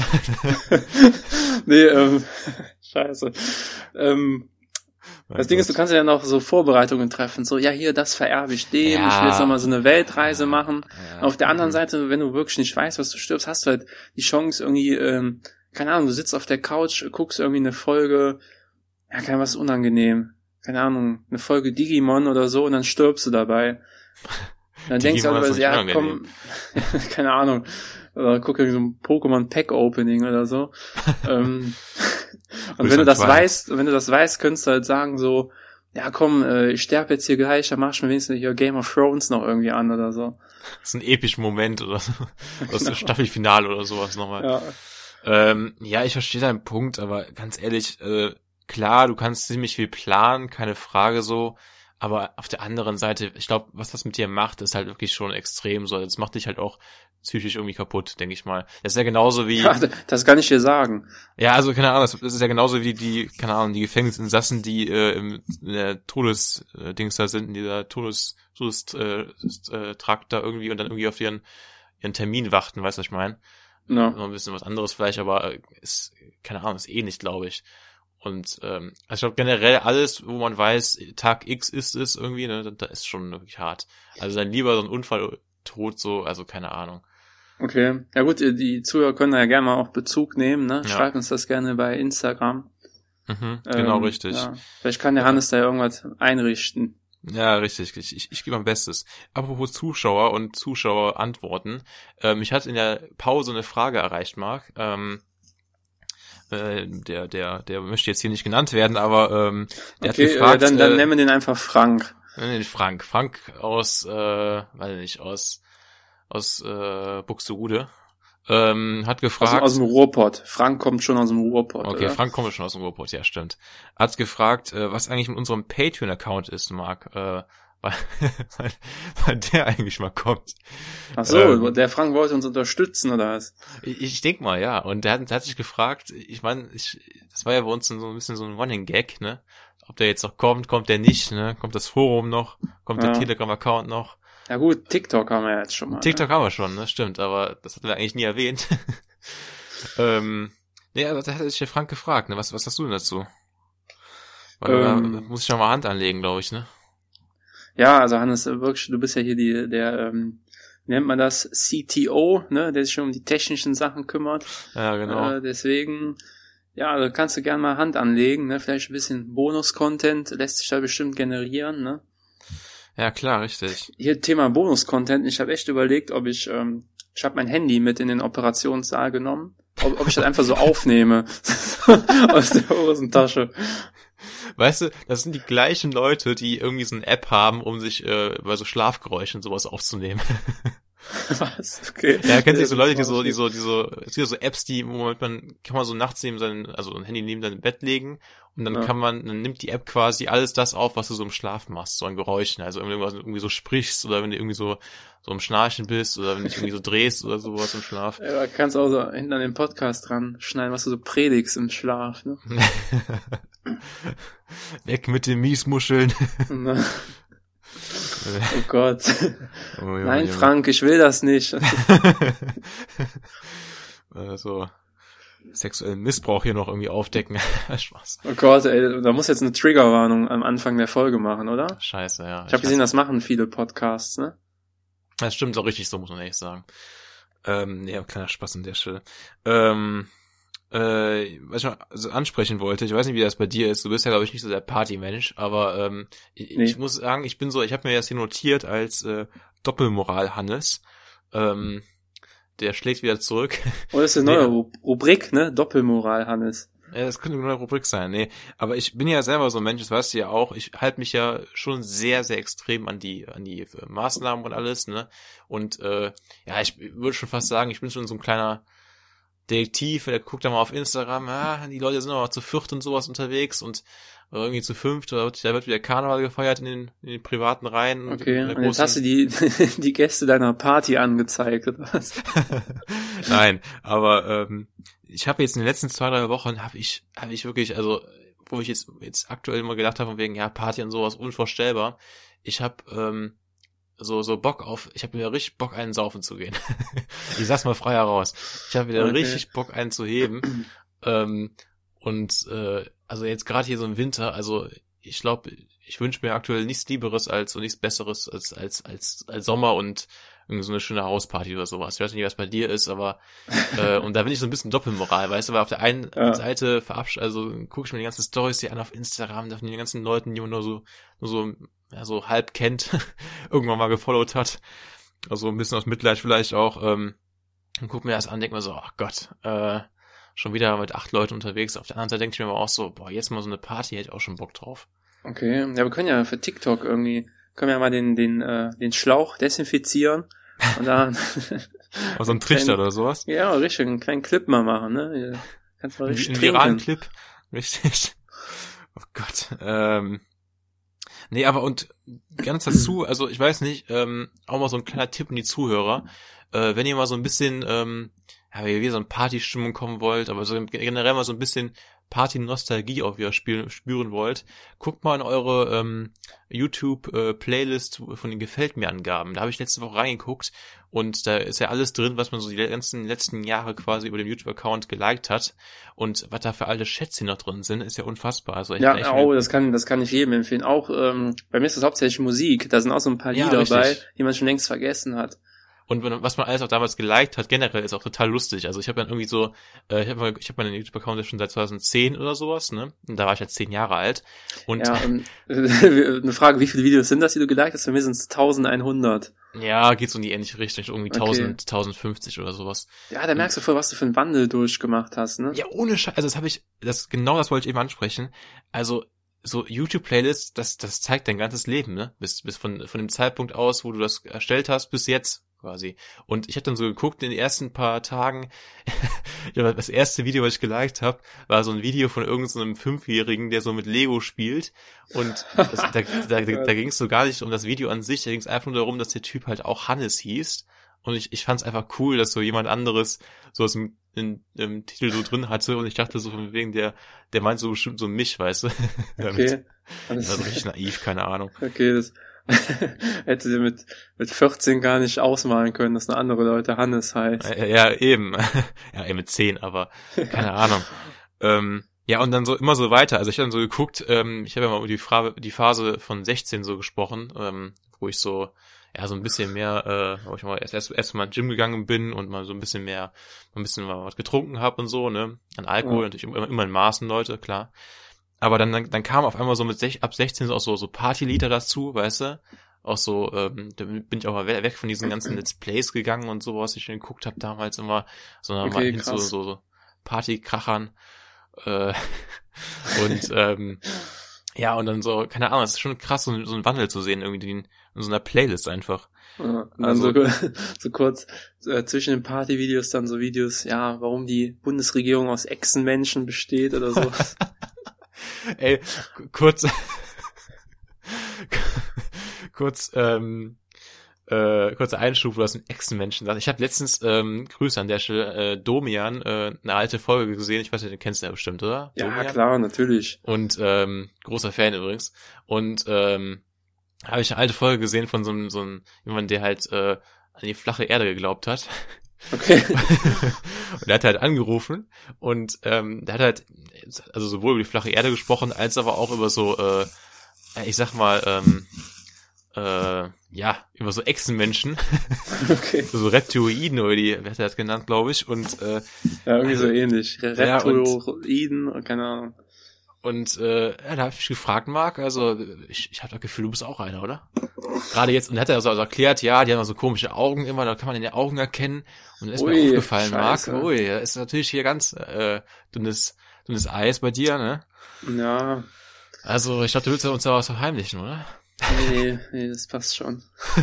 nee, ähm, scheiße. Ähm, das Ding ist, du kannst ja noch so Vorbereitungen treffen, so, ja, hier, das vererbe ich dem, Ja. ich will jetzt nochmal so eine Weltreise machen. Ja. Auf der anderen Mhm. Seite, wenn du wirklich nicht weißt, was du stirbst, hast du halt die Chance irgendwie, ähm, keine Ahnung, du sitzt auf der Couch, guckst irgendwie eine Folge, ja, keine was unangenehm, keine Ahnung, eine Folge Digimon oder so und dann stirbst du dabei. Dann denkst du Digimon halt, ist ja, nicht komm, keine Ahnung, oder guck irgendwie so ein Pokémon Pack Opening oder so. ähm, und wenn du das zwei. weißt, wenn du das weißt, könntest du halt sagen so, ja komm, äh, ich sterbe jetzt hier gleich, dann mach ich mir wenigstens hier Game of Thrones noch irgendwie an oder so. Das ist ein epischer Moment oder so. Das ist das Staffelfinale oder sowas nochmal. Ja. Ähm, ja, ich verstehe deinen Punkt, aber ganz ehrlich, äh, klar, du kannst ziemlich viel planen, keine Frage so, aber auf der anderen Seite, ich glaube, was das mit dir macht, ist halt wirklich schon extrem so. Das macht dich halt auch psychisch irgendwie kaputt, denke ich mal. Das ist ja genauso wie, Ja, das kann ich dir sagen. ja, also keine Ahnung, das, das ist ja genauso wie die, keine Ahnung, die Gefängnisinsassen, die äh, im in der Todes-Dings da sind, in dieser Todes, Todes äh, äh, Trakt da irgendwie und dann irgendwie auf ihren ihren Termin warten, weißt du, was ich meine? Ja. Noch ein bisschen was anderes vielleicht, aber äh, ist, keine Ahnung, ist ähnlich, glaube ich. Und ähm, also ich glaube generell alles, wo man weiß, Tag X ist es irgendwie, ne, da ist schon wirklich hart. Also dann lieber so ein Unfall tot so, also keine Ahnung. Okay. Ja gut, die Zuhörer können da ja gerne mal auch Bezug nehmen, ne? Ja. Schreibt uns das gerne bei Instagram. Mhm, genau, Ähm, richtig. Ja. Vielleicht kann der Hannes da ja irgendwas einrichten. Ja, richtig. Ich, ich, ich gebe mein Bestes. Apropos Zuschauer und Zuschauerantworten. Ähm, ich hatte in der Pause eine Frage erreicht, Marc. Ähm, äh, der, der, der möchte jetzt hier nicht genannt werden, aber ähm, der okay, hat gefragt. Äh, dann, dann äh, nennen wir den einfach Frank. Nee, Frank. Frank aus, äh, weiß nicht, aus, aus äh, Buxtehude. Ähm, hat gefragt. Aus, aus dem Ruhrpott. Frank kommt schon aus dem Ruhrpott. Okay, oder? Frank kommt schon aus dem Ruhrpott, ja, stimmt. Hat gefragt, äh, was eigentlich mit unserem Patreon-Account ist, Marc. Äh, weil, weil, weil der eigentlich mal kommt. Ach so, ähm, der Frank wollte uns unterstützen, oder was? Ich, ich denk mal, ja. Und der hat, der hat sich gefragt, ich meine, ich, das war ja bei uns so ein bisschen so ein Running-Gag, ne? Ob der jetzt noch kommt, kommt der nicht, ne? Kommt das Forum noch? Kommt ja. der Telegram-Account noch? Ja gut, TikTok haben wir jetzt schon mal. TikTok ne? haben wir schon, ne? Stimmt, aber das hatten wir eigentlich nie erwähnt. ähm, nee, also da hat sich der Frank gefragt, ne? Was, was hast du denn dazu? Weil ähm, da muss ich noch mal Hand anlegen, glaube ich, ne? Ja, also Hannes, wirklich, du bist ja hier die, der, ähm, wie nennt man das? C T O, ne? Der sich schon um die technischen Sachen kümmert. Ja, genau. Äh, deswegen, ja, also kannst du gerne mal Hand anlegen, ne? Vielleicht ein bisschen Bonus-Content lässt sich da bestimmt generieren, ne? Ja, klar, richtig. Hier Thema Bonus-Content. Ich habe echt überlegt, ob ich, ähm, ich habe mein Handy mit in den Operationssaal genommen, ob, ob ich das einfach so aufnehme aus der Hosentasche. Weißt du, das sind die gleichen Leute, die irgendwie so eine App haben, um sich äh, bei so Schlafgeräuschen sowas aufzunehmen. Was? Okay. Ja, kennst du so Leute, die so, die so, die so, es gibt so Apps, die, wo man, kann man so nachts neben sein, also ein Handy neben dein Bett legen und dann ja. kann man, dann nimmt die App quasi alles das auf, was du so im Schlaf machst, so an Geräuschen, also wenn du irgendwas irgendwie so sprichst oder wenn du irgendwie so, so im Schnarchen bist oder wenn du dich irgendwie so drehst oder sowas im Schlaf. Ja, du kannst auch so hinten an den Podcast dran schneiden, was du so predigst im Schlaf, ne? Weg mit den Miesmuscheln. Oh Gott. Oh, Junge, Nein, Junge. Frank, ich will das nicht. Also, sexuellen Missbrauch hier noch irgendwie aufdecken. Spaß. Oh Gott, ey, da muss jetzt eine Triggerwarnung am Anfang der Folge machen, oder? Scheiße, ja. Ich habe gesehen, das machen viele Podcasts, ne? Das stimmt auch richtig, so muss man ehrlich sagen. Ähm, nee, kleiner Spaß an der Stelle. Ähm, Äh, was ich noch also ansprechen wollte, ich weiß nicht, wie das bei dir ist, du bist ja, glaube ich, nicht so der Partymensch, aber ähm, ich, nee. ich muss sagen, ich bin so, ich habe mir das hier notiert als äh, Doppelmoral Hannes. Ähm, der schlägt wieder zurück. Oh, das ist eine neue nee. Rubrik, ne? Doppelmoral Hannes. Ja, das könnte eine neue Rubrik sein, nee. Aber ich bin ja selber so ein Mensch, das weißt du ja auch, ich halte mich ja schon sehr, sehr extrem an die an die äh, Maßnahmen und alles, ne? Und äh, ja, ich würde schon fast sagen, ich bin schon so ein kleiner Detektiv, der guckt da mal auf Instagram, ah, die Leute sind aber zu viert und sowas unterwegs und irgendwie zu fünft, oder da wird wieder Karneval gefeiert in den, in den privaten Reihen. Okay, und, und jetzt hast du die die Gäste deiner Party angezeigt, oder was? Nein, aber ähm, ich habe jetzt in den letzten zwei, drei Wochen, habe ich habe ich wirklich, also wo ich jetzt jetzt aktuell immer gedacht habe, von wegen, ja, Party und sowas, unvorstellbar. Ich habe ähm, so so Bock auf, ich habe wieder richtig Bock, einen saufen zu gehen. Ich sag's mal frei heraus. Ich habe wieder okay. richtig Bock, einen zu heben. ähm, und äh, also jetzt gerade hier so im Winter, also ich glaube, ich wünsche mir aktuell nichts Lieberes als und nichts Besseres als als als als Sommer und irgendwie so eine schöne Hausparty oder sowas. Ich weiß nicht, was bei dir ist, aber äh, und da bin ich so ein bisschen Doppelmoral, weißt du, weil auf der einen ja. Seite verabsch- also gucke ich mir die ganzen Stories hier an auf Instagram, da von den ganzen Leuten, die man nur so nur so ja, so halb kennt, irgendwann mal gefollowt hat. Also ein bisschen aus Mitleid vielleicht auch. Ähm, und guck mir das an, denk mir so, ach Gott, äh, schon wieder mit acht Leuten unterwegs. Auf der anderen Seite denke ich mir aber auch so, boah, jetzt mal so eine Party, hätte ich auch schon Bock drauf. Okay, ja, wir können ja für TikTok irgendwie, können wir ja mal den den äh, den Schlauch desinfizieren und dann also ein Trichter oder sowas? Ja, richtig, einen kleinen Clip mal machen, ne? Kannst mal richtig Ein viralen Clip, richtig. Oh Gott, ähm nee, aber und ganz dazu, also ich weiß nicht, ähm, auch mal so ein kleiner Tipp an die Zuhörer, äh, wenn ihr mal so ein bisschen, ähm, ja, wenn ihr wieder so eine Partystimmung kommen wollt, aber so generell mal so ein bisschen Party-Nostalgie auch wieder spielen, spüren wollt, guckt mal in eure ähm, YouTube-Playlist äh, von den Gefällt-mir-Angaben. Da habe ich letzte Woche reingeguckt und da ist ja alles drin, was man so die ganzen letzten Jahre quasi über den YouTube-Account geliked hat und was da für alte Schätzchen noch drin sind, ist ja unfassbar. Also ja, oh, das kann das kann ich jedem empfehlen. Auch ähm, bei mir ist das hauptsächlich Musik. Da sind auch so ein paar Lieder ja, bei, die man schon längst vergessen hat. Und was man alles auch damals geliked hat, generell ist auch total lustig. Also ich habe dann irgendwie so, äh, ich habe ich hab meinen YouTube-Account ja schon seit zwanzig zehn oder sowas, ne? Und da war ich jetzt zehn Jahre alt. Und ja, und, äh, eine Frage, wie viele Videos sind das, die du geliked hast? Bei mir sind es eintausendeinhundert. Ja, geht so in die ähnliche Richtung, irgendwie Okay. tausend, tausendfünfzig oder sowas. Ja, da merkst du voll, was du für einen Wandel durchgemacht hast, ne? Ja, ohne Scheiß, also das habe ich, das genau das wollte ich eben ansprechen. Also so YouTube-Playlists, das das zeigt dein ganzes Leben, ne? Bis bis von von dem Zeitpunkt aus, wo du das erstellt hast, bis jetzt quasi. Und ich habe dann so geguckt in den ersten paar Tagen. Ja, das erste Video, was ich geliked habe, war so ein Video von irgendeinem so Fünfjährigen, der so mit Lego spielt. Und das, da, da, da, da ging es so gar nicht um das Video an sich, da ging es einfach nur darum, dass der Typ halt auch Hannes hieß. Und ich, ich fand es einfach cool, dass so jemand anderes so aus dem in, im Titel so drin hatte. Und ich dachte so von wegen, der der meint so bestimmt so mich, weißt du. Okay. Das war so richtig naiv, keine Ahnung. Okay, das hätte sie mit mit vierzehn gar nicht ausmalen können, dass eine andere Leute Hannes heißt. Ja, ja eben. Ja, eben mit zehn, aber keine Ahnung. ähm, ja, und dann so immer so weiter. Also ich habe dann so geguckt, ähm, ich habe ja mal über die, Fra- die Phase von sechzehn so gesprochen, ähm, wo ich so ja so ein bisschen mehr, äh, wo ich mal erst erst, erst mal ins Gym gegangen bin und mal so ein bisschen mehr, ein bisschen mal was getrunken habe und so, ne? An Alkohol, Ja. natürlich immer, immer in Maßen, Leute, klar. Aber dann, dann, dann kam auf einmal so mit sech, ab sechzehn so auch so, so Partylieder dazu, weißt du? Auch so, ähm, da bin ich auch mal we- weg von diesen ganzen Let's Plays gegangen und so, was ich schon geguckt habe damals immer, sondern Okay, mal hin krass. zu so, so Partykrachern. Äh, und ähm, ja, und dann so, keine Ahnung, es ist schon krass, so, so einen Wandel zu sehen, irgendwie in, in so einer Playlist einfach. Ja, und dann Also- so, so kurz äh, zwischen den Partyvideos dann so Videos, ja, warum die Bundesregierung aus Echsenmenschen besteht oder so. Ey, k- kurz, kurz, ähm, äh, kurzer Einschub, du hast einen Echsenmenschen gesagt. Ich habe letztens, ähm, Grüße an der Stelle, äh, Domian, äh, eine alte Folge gesehen. Ich weiß nicht, den kennst du ja bestimmt, oder? Ja, Domian? klar, natürlich. Und, ähm, großer Fan übrigens. Und, ähm, habe ich eine alte Folge gesehen von so einem, so einem, jemand, der halt, äh, an die flache Erde geglaubt hat. Okay. Und der hat halt angerufen und ähm, der hat halt also sowohl über die flache Erde gesprochen, als aber auch über so, äh, ich sag mal, ähm, äh, ja, über so Echsenmenschen, Okay. so Reptiloiden oder die, wer hat er das genannt, glaube ich, und äh, Ja, irgendwie so Also, ähnlich. ja, und- Reptiloiden, keine Ahnung. und äh, ja, da habe ich mich gefragt, Marc, also ich, ich habe das Gefühl, du bist auch einer, oder? Gerade jetzt, und er hat er also erklärt, ja, die haben so komische Augen immer, da kann man in den Augen erkennen. Und dann ist Ui, mir aufgefallen, Marc, scheiße. ui, da ist natürlich hier ganz äh, dünnes, dünnes Eis bei dir, ne? Ja, Also ich dachte, du willst ja uns da was verheimlichen, oder? nee, nee, das passt schon.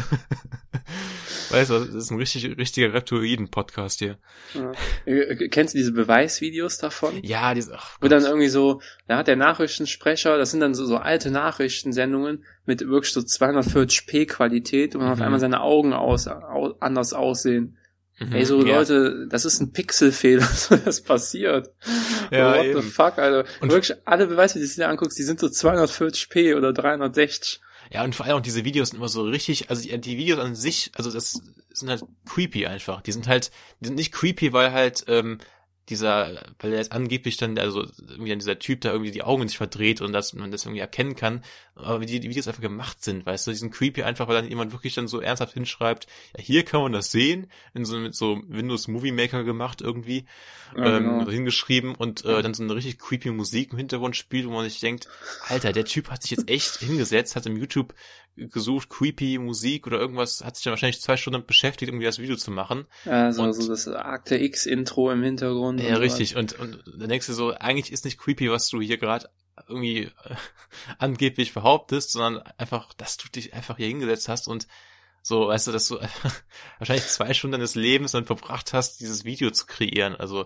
Weißt du, das ist ein richtig, richtiger Reptiloiden-Podcast hier. Ja. Äh, Kennst du diese Beweisvideos davon? Ja, diese, ach Wo dann Gott. irgendwie so, da hat der Nachrichtensprecher, das sind dann so, so alte Nachrichtensendungen mit wirklich so zweihundertvierzig p Qualität und dann auf Mhm. einmal seine Augen aus, au, anders aussehen. Mhm, Ey, so ja. Leute, das ist ein Pixelfehler, so das passiert. Ja, What eben. the fuck, Alter. Und- wirklich alle Beweisvideos, die du dir anguckst, die sind so zweihundertvierzig p oder dreihundertsechzig. Ja, und vor allem auch diese Videos sind immer so richtig, also die, die Videos an sich, also das sind halt creepy einfach. Die sind halt, die sind nicht creepy, weil halt ähm, dieser, weil er jetzt angeblich dann, also irgendwie dann dieser Typ da irgendwie die Augen sich verdreht und dass man das irgendwie erkennen kann, aber wie die, die Videos einfach gemacht sind, weißt du, die sind creepy einfach, weil dann jemand wirklich dann so ernsthaft hinschreibt, ja, hier kann man das sehen, in so mit so Windows Movie Maker gemacht irgendwie, Ja, ähm, genau. so hingeschrieben und äh, dann so eine richtig creepy Musik im Hintergrund spielt, wo man sich denkt, Alter, der Typ hat sich jetzt echt hingesetzt, hat im YouTube gesucht, creepy Musik oder irgendwas, hat sich dann wahrscheinlich zwei Stunden damit beschäftigt, irgendwie das Video zu machen. Ja, so, Und- so das Akte X-Intro im Hintergrund. Ja, und so richtig. Und, und dann denkst du so, eigentlich ist nicht creepy, was du hier gerade irgendwie äh, angeblich behauptest, sondern einfach, dass du dich einfach hier hingesetzt hast und so, weißt du, dass du einfach wahrscheinlich zwei Stunden deines Lebens dann verbracht hast, dieses Video zu kreieren. Also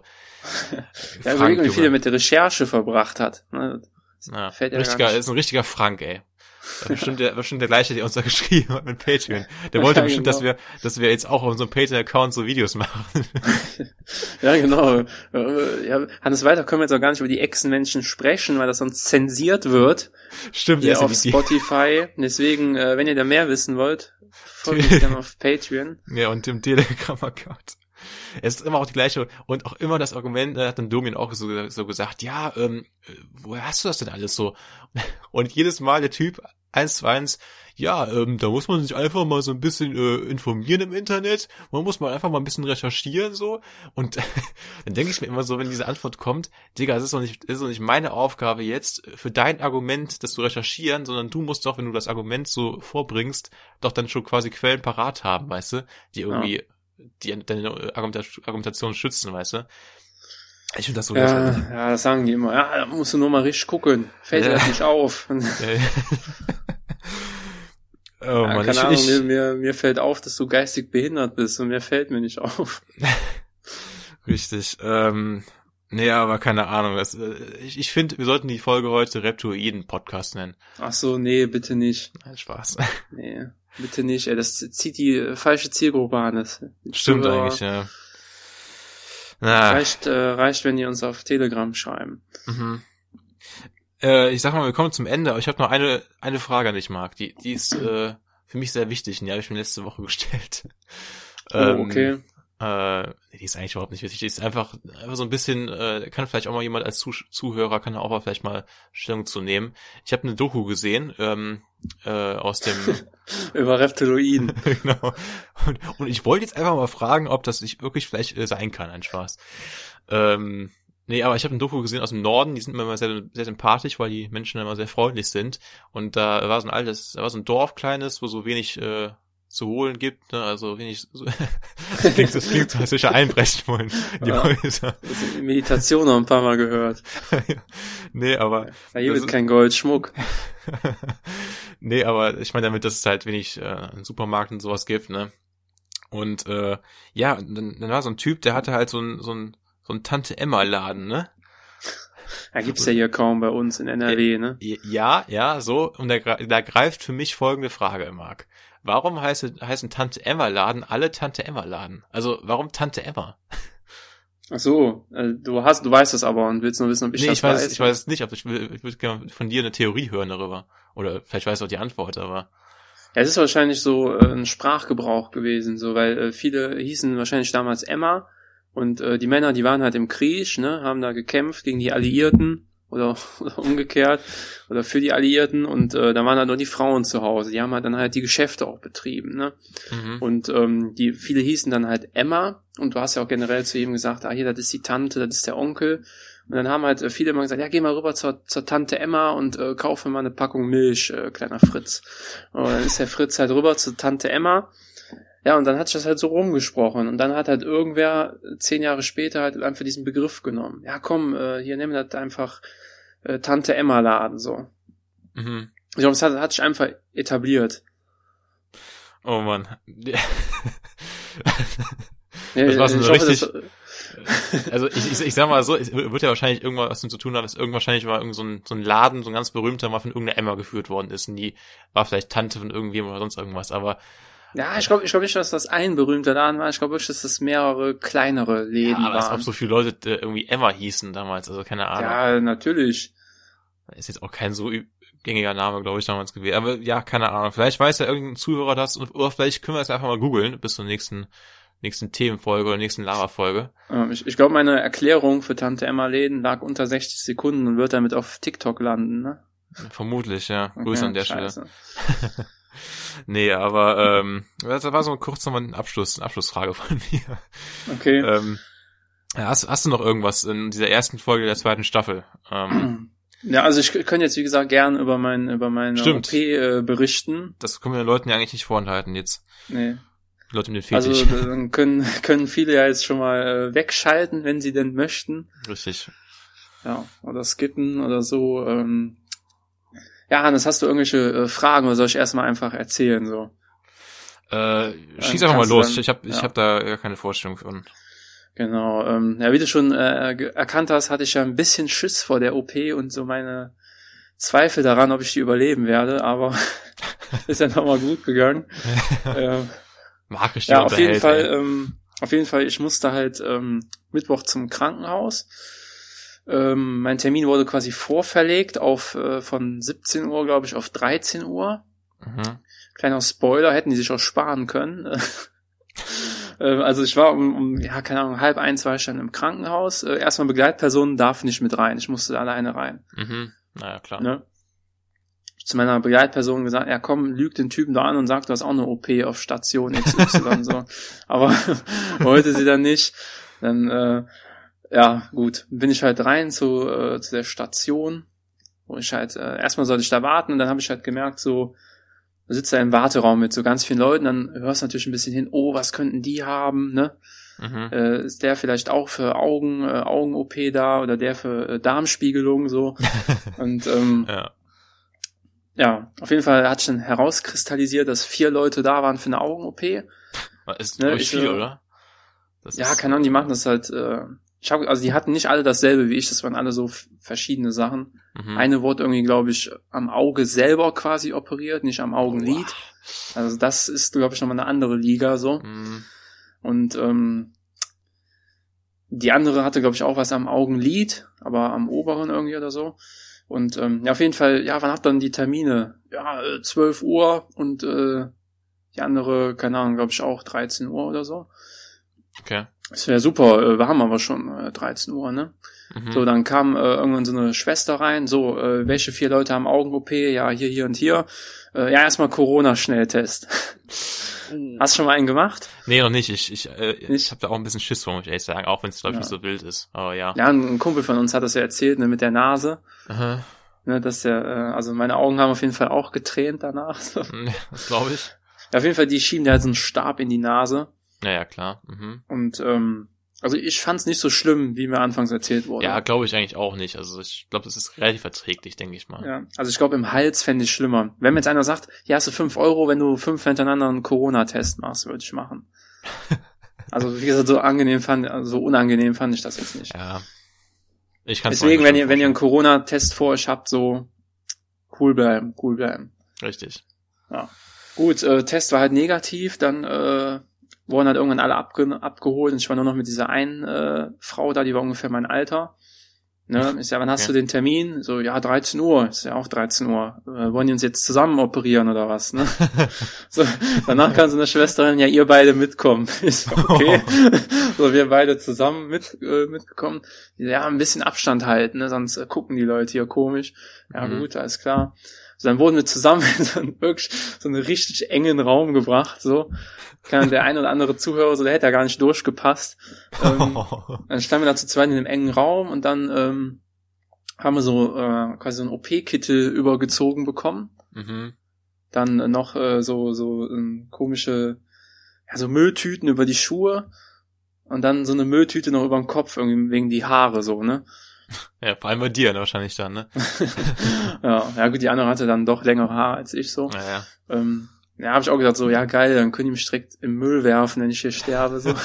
Ja, Frank, überleg, wie viel er Junge. mit der Recherche verbracht hat. Ne? Ja, fällt ja gar richtiger, nicht. ist ein richtiger Frank, ey. Das ist bestimmt der, bestimmt der gleiche, der uns da geschrieben hat mit Patreon. Der wollte Ja, bestimmt, genau. dass wir, dass wir jetzt auch auf unserem Patreon-Account so Videos machen. Ja, genau. Äh, Ja, Hannes, weiter können wir jetzt auch gar nicht über die Echsenmenschen sprechen, weil das sonst zensiert wird Stimmt, hier ist ja auf nicht die- Spotify. Deswegen, äh, wenn ihr da mehr wissen wollt, folgt uns gerne auf Patreon. Ja, und dem Telegram-Account. Es ist immer auch die gleiche, und auch immer das Argument, da hat dann Domian auch so, so gesagt, ja, ähm, äh, woher hast du das denn alles so? Und jedes Mal der Typ eins zu eins, ja, ähm, da muss man sich einfach mal so ein bisschen äh, informieren im Internet, man muss mal einfach mal ein bisschen recherchieren so und dann denke ich mir immer so, wenn diese Antwort kommt, Digga, es ist doch nicht, es ist doch nicht meine Aufgabe jetzt für dein Argument, das zu recherchieren, sondern du musst doch, wenn du das Argument so vorbringst, doch dann schon quasi Quellen parat haben, weißt du, die irgendwie ja. die deine Argumentation schützen, weißt du. Ich finde das so ja, ja, das sagen die immer. Ja, da musst du nur mal richtig gucken. Fällt dir ja. das nicht auf. Ja, ja. Oh, ja, Mann, keine ich, Ahnung, ich, mir, mir, mir fällt auf, dass du geistig behindert bist und mir fällt mir nicht auf. Richtig. Ähm, nee, aber keine Ahnung. Das, ich ich finde, wir sollten die Folge heute Reptoiden-Podcast nennen. Ach so, nee, bitte nicht. Nein, Spaß. Nee, bitte nicht. Ey, das zieht die falsche Zielgruppe an. Das Stimmt Zuhörer, eigentlich, ja. Na. Reicht, äh, reicht, wenn die uns auf Telegram schreiben. Mhm. Äh, ich sag mal, wir kommen zum Ende, aber ich habe noch eine eine Frage an dich, Marc. Die, die ist äh, für mich sehr wichtig und die habe ich mir letzte Woche gestellt. Oh, ähm, okay. Äh, die ist eigentlich überhaupt nicht wichtig. Die ist einfach, einfach so ein bisschen, äh, kann vielleicht auch mal jemand als Zuh- Zuhörer, kann auch mal vielleicht mal Stellung zu nehmen. Ich habe eine Doku gesehen, ähm, äh, aus dem über Reptiloiden. Genau. Und, und ich wollte jetzt einfach mal fragen, ob das nicht wirklich vielleicht äh, sein kann, ein Spaß. Ähm, nee, aber ich habe eine Doku gesehen aus dem Norden, die sind mir immer sehr, sehr sympathisch, weil die Menschen immer sehr freundlich sind. Und da war so ein altes, da war so ein Dorf kleines, wo so wenig äh, zu holen gibt, ne? Also wenig so das klingt, das klingt so, als würde ich einbrechen wollen in die ja, Häuser. Das ist Meditation noch ein paar Mal gehört. Ja. Nee, aber da gibt es kein Goldschmuck. Nee, aber ich meine damit, dass es halt wenig äh, einen Supermarkt und sowas gibt, ne? Und äh, ja, dann, dann war so ein Typ, der hatte halt so ein so ein so ein Tante-Emma-Laden, ne? Ja, gibt's ja hier kaum bei uns in N R W, ne? Ja, ja, so. Und da, da greift für mich folgende Frage, Marc. Warum heißt, heißen Tante-Emma-Laden alle Tante-Emma-Laden? Also, warum Tante Emma? Ach so, also du hast, du weißt es aber und willst nur wissen, ob ich nee, das ich weiß, weiß. ich weiß es nicht, aber ich, will, ich würde gerne von dir eine Theorie hören darüber. Oder vielleicht weißt du auch die Antwort, aber... Ja, es ist wahrscheinlich so äh, ein Sprachgebrauch gewesen, so, weil äh, viele hießen wahrscheinlich damals Emma und äh, die Männer, die waren halt im Krieg, ne, haben da gekämpft gegen die Alliierten oder, oder umgekehrt oder für die Alliierten und äh, da waren halt nur die Frauen zu Hause, die haben halt dann halt die Geschäfte auch betrieben, ne? Mhm. Und ähm, die viele hießen dann halt Emma und du hast ja auch generell zu jedem gesagt, ah hier, das ist die Tante, das ist der Onkel. Und dann haben halt viele immer gesagt, ja, geh mal rüber zur, zur Tante Emma und äh, kauf mir mal eine Packung Milch, äh, kleiner Fritz. Und dann ist der Fritz halt rüber zur Tante Emma. Ja, und dann hat sich das halt so rumgesprochen. Und dann hat halt irgendwer zehn Jahre später halt einfach diesen Begriff genommen. Ja, komm, äh, hier nehmen wir das einfach äh, Tante Emma Laden, so. Mhm. Ich glaube, es hat, hat sich einfach etabliert. Oh Mann. Ja, das war so eine richtig... Hoffe, das, also ich, ich, ich sag mal so, es wird ja wahrscheinlich irgendwas was damit zu tun haben, dass irgendwann wahrscheinlich mal irgend so ein, so ein Laden, so ein ganz berühmter, mal von irgendeiner Emma geführt worden ist und die war vielleicht Tante von irgendjemandem oder sonst irgendwas, aber... Ja, ich glaube ich glaub nicht, dass das ein berühmter Laden war, ich glaube wirklich, dass das mehrere kleinere Läden ja, aber waren. als ob so viele Leute äh, irgendwie Emma hießen damals, also keine Ahnung. Ja, natürlich. Ist jetzt auch kein so gängiger Name, glaube ich, damals gewesen, aber ja, keine Ahnung, vielleicht weiß ja irgendein Zuhörer das oder vielleicht können wir es einfach mal googeln bis zur nächsten nächsten Themenfolge oder nächsten Lava-Folge. Ich, ich glaube, meine Erklärung für Tante Emma Läden lag unter sechzig Sekunden und wird damit auf TikTok landen, ne? Vermutlich, ja. Okay, Grüße an der scheiße. Stelle. Nee, aber ähm, das war so kurz nochmal ein Abschluss, eine Abschlussfrage von mir. Okay. Ähm, hast, hast du noch irgendwas in dieser ersten Folge der zweiten Staffel? Ähm, ja, also ich könnte jetzt, wie gesagt, gern über mein, über meine Stimmt. O P äh, berichten. Das können wir den Leuten ja eigentlich nicht vorenthalten jetzt. Nee. Leute mit dem Fetisch. Also dann können können viele ja jetzt schon mal äh, wegschalten, wenn sie denn möchten. Richtig. Ja, oder skippen oder so. Ähm. Ja, Hannes, hast du irgendwelche äh, Fragen oder soll ich erstmal einfach erzählen so? Äh, schieß einfach mal los. Dann, ich habe ja. ich hab da gar keine Vorstellung von. Genau. Ähm, ja, wie du schon äh, erkannt hast, hatte ich ja ein bisschen Schiss vor der O P und so meine Zweifel daran, ob ich die überleben werde, aber ist ja nochmal gut gegangen. ähm, Mag ich ja, auf jeden Fall, ähm, auf jeden Fall, ich musste halt ähm, Mittwoch zum Krankenhaus. Ähm, mein Termin wurde quasi vorverlegt auf äh, von siebzehn Uhr, glaube ich, auf dreizehn Uhr. Mhm. Kleiner Spoiler, hätten die sich auch sparen können. ähm, also ich war um, um, ja, keine Ahnung, halb eins war ich dann im Krankenhaus. Äh, erstmal Begleitperson darf nicht mit rein. Ich musste alleine rein. Mhm. Naja, klar. Ne? zu meiner Begleitperson gesagt, ja komm, lüg den Typen da an und sag, du hast auch eine O P auf Station X Y, so. Aber wollte sie dann nicht. Dann, äh, ja, gut, bin ich halt rein zu, äh, zu der Station, wo ich halt, äh, erstmal sollte ich da warten und dann habe ich halt gemerkt, so, du sitzt da im Warteraum mit so ganz vielen Leuten, dann hörst du natürlich ein bisschen hin, oh, was könnten die haben, ne? Mhm. Äh, ist der vielleicht auch für Augen, äh, Augen-O P da oder der für äh, Darmspiegelung, so. Und, ähm, ja. Ja, auf jeden Fall hat sich dann herauskristallisiert, dass vier Leute da waren für eine Augen-O P. Ist ne, ich, viel, oder? Das ja, keine Ahnung, die machen das halt, äh, ich hab, also die hatten nicht alle dasselbe wie ich, das waren alle so f- verschiedene Sachen. Mhm. Eine wurde irgendwie, glaube ich, am Auge selber quasi operiert, nicht am Augenlid. Wow. Also das ist, glaube ich, nochmal eine andere Liga, so. Mhm. Und, ähm, die andere hatte, glaube ich, auch was am Augenlid, aber am oberen irgendwie oder so. Und ähm, ja, auf jeden Fall, ja, wann hat dann die Termine? Ja, zwölf Uhr und äh, die andere, keine Ahnung, glaube ich auch dreizehn Uhr oder so. Okay. Das wäre super, äh, wir haben aber schon äh, dreizehn Uhr, ne? Mhm. So, dann kam äh, irgendwann so eine Schwester rein, so, äh, welche vier Leute haben Augen-O P? Ja, hier, hier und hier. Äh, ja, erstmal Corona-Schnelltest. Hast du schon mal einen gemacht? Nee, noch nicht. Ich ich, äh, ich habe da auch ein bisschen Schiss vor, muss ich ehrlich sagen, auch wenn es, glaube ich, ja. nicht so wild ist. Aber ja. Ja, ein Kumpel von uns hat das ja erzählt, ne, mit der Nase. Aha. Ne, dass der, äh, also meine Augen haben auf jeden Fall auch getränt danach. So. Das glaube ich. Ja, auf jeden Fall, die schieben da halt so einen Stab in die Nase. Ja, ja, klar. Mhm. Und, ähm, also ich fand's nicht so schlimm, wie mir anfangs erzählt wurde. Ja, glaube ich eigentlich auch nicht. Also ich glaube, das ist relativ verträglich, denke ich mal. Ja, also ich glaube, im Hals fände ich schlimmer. Wenn mir jetzt einer sagt, hier hast du fünf Euro, wenn du fünf hintereinander einen Corona-Test machst, würde ich machen. Also wie gesagt, so angenehm fand, also so unangenehm fand ich das jetzt nicht. Ja. Ich kann's Deswegen, wenn ihr, wenn ihr einen Corona-Test vor euch habt, so cool bleiben, cool bleiben. Richtig. Ja. Gut, äh, Test war halt negativ, dann äh, wurden halt irgendwann alle abge- abgeholt und ich war nur noch mit dieser einen äh, Frau da, die war ungefähr mein Alter. Ne? Ich sag, wann hast okay. du den Termin? So, ja, dreizehn Uhr. Ist ja auch dreizehn Uhr. Äh, wollen die uns jetzt zusammen operieren oder was? Ne? So, danach kam so eine Schwesterin, ja, ihr beide mitkommen. Ich so, okay. So, wir beide zusammen mit äh, mitgekommen. Ja, ein bisschen Abstand halten, ne? Sonst äh, gucken die Leute hier komisch. Ja, mhm. gut, alles klar. So, dann wurden wir zusammen in so einen wirklich so einen richtig engen Raum gebracht, so. Kann der ein oder andere Zuhörer, so, der hätte ja gar nicht durchgepasst. Ähm, dann standen wir da zu zweit in einem engen Raum und dann ähm, haben wir so äh, quasi so einen O P-Kittel übergezogen bekommen. Mhm. Dann äh, noch äh, so so ähm, komische, ja, so Mülltüten über die Schuhe und dann so eine Mülltüte noch über den Kopf, irgendwie wegen die Haare, so, ne? Ja, vor allem bei dir, ne, wahrscheinlich dann, ne? ja, ja gut, die andere hatte dann doch längere Haare als ich, so. Ja, ja. Ähm, ja, habe ich auch gesagt, so, ja geil, dann können die mich direkt im Müll werfen, wenn ich hier sterbe, so.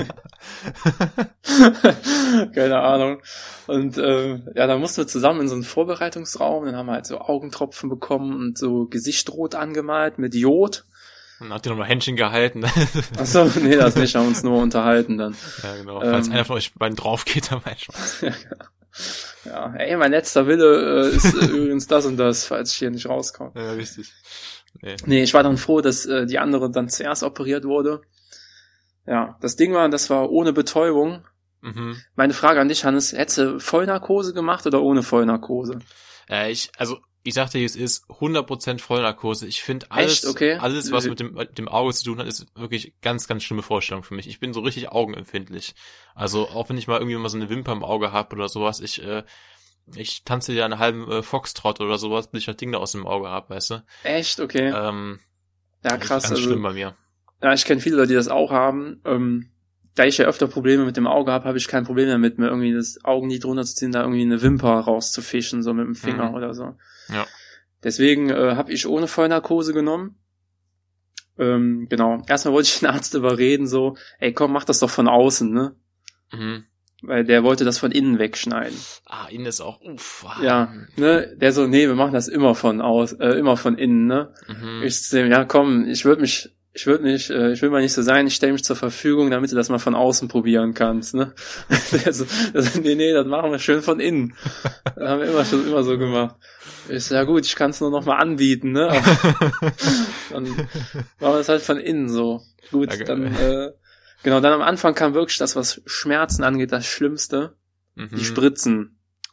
Keine Ahnung. Und äh, ja, dann mussten wir zusammen in so einen Vorbereitungsraum, dann haben wir halt so Augentropfen bekommen und so Gesicht rot angemalt mit Jod. Und habt ihr nochmal Händchen gehalten? Ach so, nee, das nicht, haben uns nur unterhalten dann. Ja, genau, falls ähm, einer von euch beiden drauf geht, dann mein Spaß. Ja, genau. Ja, ey, mein letzter Wille äh, ist äh, übrigens das und das, falls ich hier nicht rauskomme. Ja, richtig. Nee. nee, ich war dann froh, dass äh, die andere dann zuerst operiert wurde. Ja, das Ding war, das war ohne Betäubung. Mhm. Meine Frage an dich, Hannes, hättest du Vollnarkose gemacht oder ohne Vollnarkose? Äh, ich, also, ich sagte, es ist hundert Prozent Vollnarkose. Ich finde alles, okay. alles, was mit dem, mit dem Auge zu tun hat, ist wirklich ganz, ganz schlimme Vorstellung für mich. Ich bin so richtig augenempfindlich. Also, auch wenn ich mal irgendwie mal so eine Wimper im Auge habe oder sowas, ich, äh, ich tanze ja einen halben äh, Foxtrot oder sowas, bis ich das Ding da aus dem Auge habe, weißt du? Echt? Okay. Ähm, ja, krass. Das ist ganz also, schlimm bei mir. Ja, ich kenne viele Leute, die das auch haben. Ähm, da ich ja öfter Probleme mit dem Auge habe, habe ich kein Problem damit, mir irgendwie das Augenlid runterzuziehen, da irgendwie eine Wimper rauszufischen, so mit dem Finger mhm. oder so. Ja. Deswegen äh, habe ich ohne Vollnarkose genommen. Ähm, genau. Erstmal wollte ich den Arzt überreden, so, ey komm, mach das doch von außen, ne? Mhm. Weil der wollte das von innen wegschneiden. Ah, innen ist auch, uff. Ah. Ja, ne, der so, nee, wir machen das immer von aus, äh, immer von innen, ne? Mhm. Ich so, ja komm, ich würde mich, ich würde mich, äh, ich will mal nicht so sein, ich stelle mich zur Verfügung, damit du das mal von außen probieren kannst, ne? der so, der so, nee, nee, das machen wir schön von innen. Das haben wir immer schon immer so gemacht. Ich so, ja gut, ich kann es nur noch mal anbieten, ne? Aber dann machen wir es halt von innen so. Gut, okay. dann, äh, genau, dann am Anfang kam wirklich das, was Schmerzen angeht, das Schlimmste. Mhm. Die Spritzen.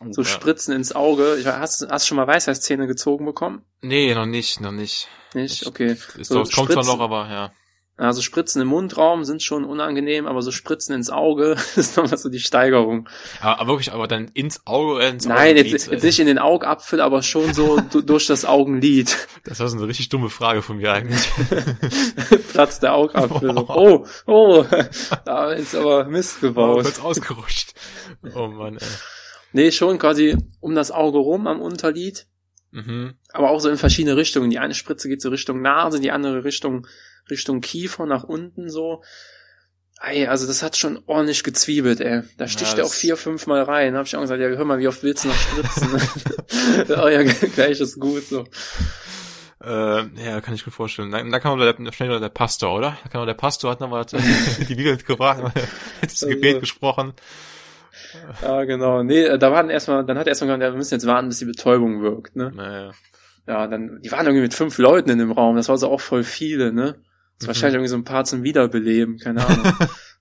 so ja. Spritzen ins Auge. Ich, hast hast du schon mal Weisheitszähne gezogen bekommen? Nee, noch nicht, noch nicht. Nicht? Okay. Ist so, doch, kommt zwar noch, aber ja. Also Spritzen im Mundraum sind schon unangenehm, aber so Spritzen ins Auge ist nochmal so die Steigerung. Aber, aber wirklich, aber dann ins Auge oder ins Nein, Augenlid? Jetzt, jetzt nicht in den Augapfel, aber schon so du, durch das Augenlid. Das war so eine richtig dumme Frage von mir eigentlich. Platz der Augapfel. Oh, oh, da ist aber Mist gebaut. Oh, kurz ausgerutscht. Oh Mann, ey. Nee, schon quasi um das Auge rum am Unterlid. Mhm. Aber auch so in verschiedene Richtungen. Die eine Spritze geht so Richtung Nase, die andere Richtung Richtung Kiefer nach unten so. Ey, also das hat schon ordentlich gezwiebelt, ey. Da sticht ja, er auch vier, fünf Mal rein. Da hab ich auch gesagt, ja, hör mal, wie oft willst du noch spritzen? Oh ja, gleich ist gut so. Äh, ja, kann ich mir vorstellen. Da, da kann man der, schnell der Pastor, oder? Da kann man der Pastor hat nochmal die Bibel mitgebracht, hat das also, Gebet gesprochen. Ja, genau. Nee, da waren erstmal, dann hat er erstmal gesagt, ja, wir müssen jetzt warten, bis die Betäubung wirkt, ne? Naja. Ja, dann, die waren irgendwie mit fünf Leuten in dem Raum. Das war so auch voll viele, ne? Das ist mhm. wahrscheinlich irgendwie so ein paar zum Wiederbeleben, keine Ahnung.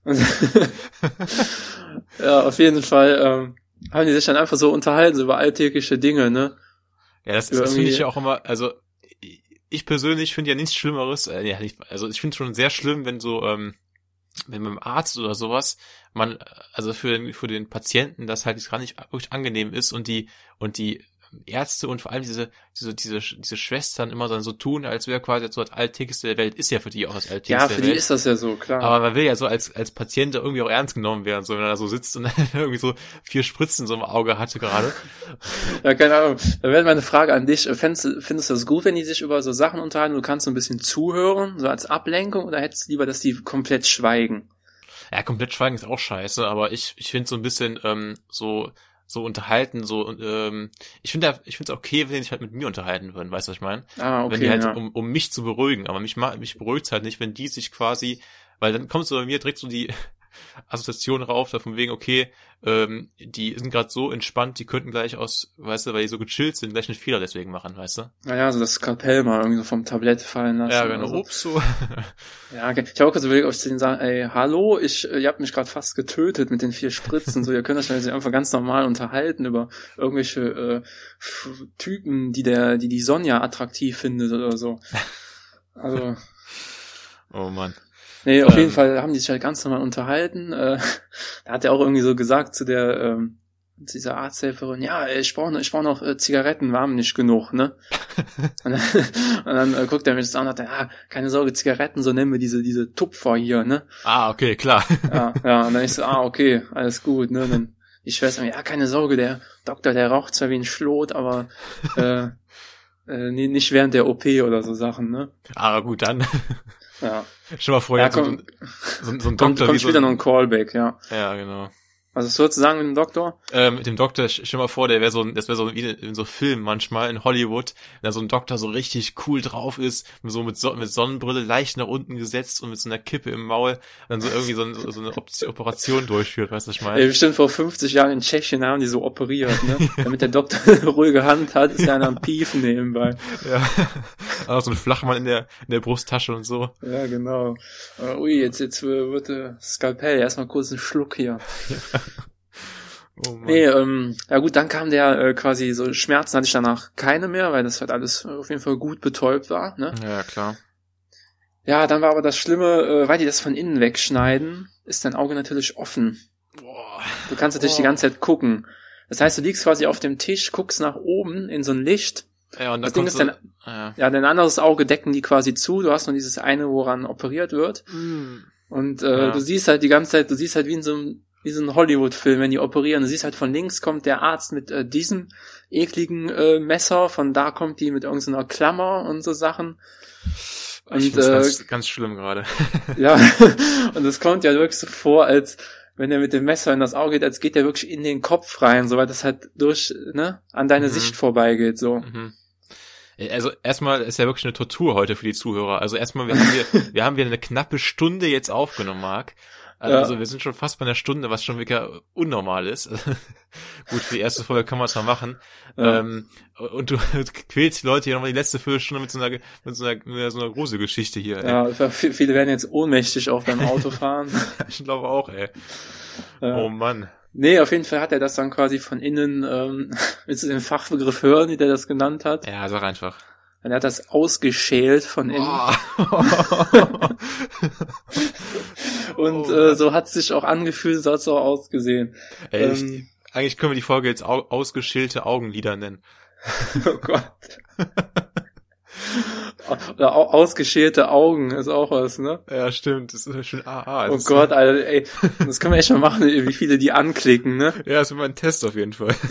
Ja, auf jeden Fall ähm, haben die sich dann einfach so unterhalten, so über alltägliche Dinge, ne? Ja, das, das finde ich ja auch immer, also ich persönlich finde ja nichts Schlimmeres, äh, ja, nicht, also ich finde schon sehr schlimm, wenn so, ähm, wenn beim Arzt oder sowas, man, also für den, für den Patienten das halt gar nicht wirklich angenehm ist und die, und die Ärzte und vor allem diese, diese, diese, diese Schwestern immer dann so tun, als wäre quasi so das Alltäglichste der Welt, ist ja für die auch das Alltäglichste der Welt. Ja, für die ist das ja so, klar. Aber man will ja so als, als Patient irgendwie auch ernst genommen werden, so wenn er da so sitzt und irgendwie so vier Spritzen so im Auge hatte gerade. Ja, keine Ahnung. Da wäre meine Frage an dich, findest, findest du das gut, wenn die sich über so Sachen unterhalten, du kannst so ein bisschen zuhören, so als Ablenkung, oder hättest du lieber, dass die komplett schweigen? Ja, komplett schweigen ist auch scheiße, aber ich, ich finde so ein bisschen, ähm, so, so unterhalten, so, ähm, ich finde ich finde es okay, wenn die sich halt mit mir unterhalten würden, weißt du, was ich meine? Ah, okay, wenn die halt, ja. um, um mich zu beruhigen, aber mich, mich beruhigt's halt nicht, wenn die sich quasi, weil dann kommt so bei mir direkt so die Assoziation rauf, da von wegen, okay, ähm, die sind gerade so entspannt, die könnten gleich aus, weißt du, weil die so gechillt sind, gleich einen Fehler deswegen machen, weißt du? Naja, so das Skalpell mal irgendwie so vom Tablett fallen lassen. Ja, genau, so. Ups, so. Ja, okay. Ich habe auch kurz überlegt, ob ich denen sage, ey, hallo, ich, ihr habt mich gerade fast getötet mit den vier Spritzen, so, ihr könnt euch einfach ganz normal unterhalten über irgendwelche äh, Typen, die der, die die Sonja attraktiv findet oder so. Also. Oh Mann. Nee, auf ähm, jeden Fall haben die sich halt ganz normal unterhalten. Äh, da hat er auch irgendwie so gesagt zu der, ähm, zu dieser Arzthelferin, ja, ich brauche ich brauch noch äh, Zigaretten, wir haben nicht genug, ne? und dann, und dann äh, guckt er mich das an und sagt, ah, keine Sorge, Zigaretten, so nennen wir diese diese Tupfer hier, ne? Ah, okay, klar. ja, ja, und dann ich so, ah, okay, alles gut, ne? Und dann die Schwester, ja, keine Sorge, der Doktor, der raucht zwar wie ein Schlot, aber äh, äh, nicht während der O P oder so Sachen, ne? Ah, gut, dann. Ja. Schon mal vorher ja, komm, so, so, so ein kommt, Doktor. Kommt wie so wieder noch ein Callback, ja. Ja, genau. Was ist sozusagen mit dem Doktor? Ähm, mit dem Doktor, stell mal vor, der wäre so, das wäre so wie in so Filmen manchmal in Hollywood, wenn da so ein Doktor so richtig cool drauf ist, so mit, so, mit Sonnenbrille leicht nach unten gesetzt und mit so einer Kippe im Maul, dann so irgendwie so, so eine Operation durchführt, weißt du, was ich meine? Ja, bestimmt vor fünfzig Jahren in Tschechien haben die so operiert, ne? Damit der Doktor eine ruhige Hand hat, ist ja einer am Piefen nebenbei. Ja. Auch so ein Flachmann in der, in der Brusttasche und so. Ja, genau. Uh, ui, jetzt, jetzt wird der Skalpell, erstmal kurz einen Schluck hier. Ja. Oh Mann. Nee, ähm, ja gut, dann kam der äh, quasi so, Schmerzen hatte ich danach keine mehr, weil das halt alles auf jeden Fall gut betäubt war, ne? Ja, klar. Ja, dann war aber das Schlimme, äh, weil die das von innen wegschneiden, ist dein Auge natürlich offen. Boah. Du kannst natürlich Boah. die ganze Zeit gucken. Das heißt, du liegst quasi auf dem Tisch, guckst nach oben in so ein Licht. Ja, und das Ding ist dann, ja. ja, dein anderes Auge decken die quasi zu, du hast nur dieses eine, woran operiert wird. Mm. Und äh, ja. du siehst halt die ganze Zeit, du siehst halt wie in so einem wie so ein Hollywood-Film, wenn die operieren. Du siehst halt von links kommt der Arzt mit äh, diesem ekligen äh, Messer, von da kommt die mit irgendeiner Klammer und so Sachen. Und, ich find's äh, ganz, ganz schlimm gerade. Ja, und es kommt ja wirklich so vor, als wenn er mit dem Messer in das Auge geht, als geht er wirklich in den Kopf rein, so weil das halt durch, ne, an deine mhm. Sicht vorbeigeht, so. Mhm. Also erstmal ist ja wirklich eine Tortur heute für die Zuhörer. Also erstmal, wir haben hier, wir haben hier eine knappe Stunde jetzt aufgenommen, Marc. Also ja. wir sind schon fast bei einer Stunde, was schon wirklich unnormal ist. Gut, für die erste Folge kann man es mal machen. Ja. Ähm, und du quälst die Leute hier nochmal die letzte Viertelstunde mit so einer, mit so einer, mit so einer Gruselgeschichte hier. Ja, ey. Viele werden jetzt ohnmächtig auch beim Autofahren. Ich glaube auch, ey. Ja. Oh Mann. Nee, auf jeden Fall hat er das dann quasi von innen, ähm, willst du den Fachbegriff hören, wie der das genannt hat? Ja, sag einfach. Er hat das ausgeschält von innen. Oh. Und Oh, äh, so hat es sich auch angefühlt, so hat es auch ausgesehen. Ey, Ähm, ich, eigentlich können wir die Folge jetzt au- ausgeschälte Augenlider nennen. oh Gott. Oder au- ausgeschälte Augen ist auch was, ne? Ja, stimmt. Das ist schon A A. Oh Gott, Alter, ey, das können wir echt mal machen, wie viele die anklicken, ne? Ja, das ist immer ein Test auf jeden Fall.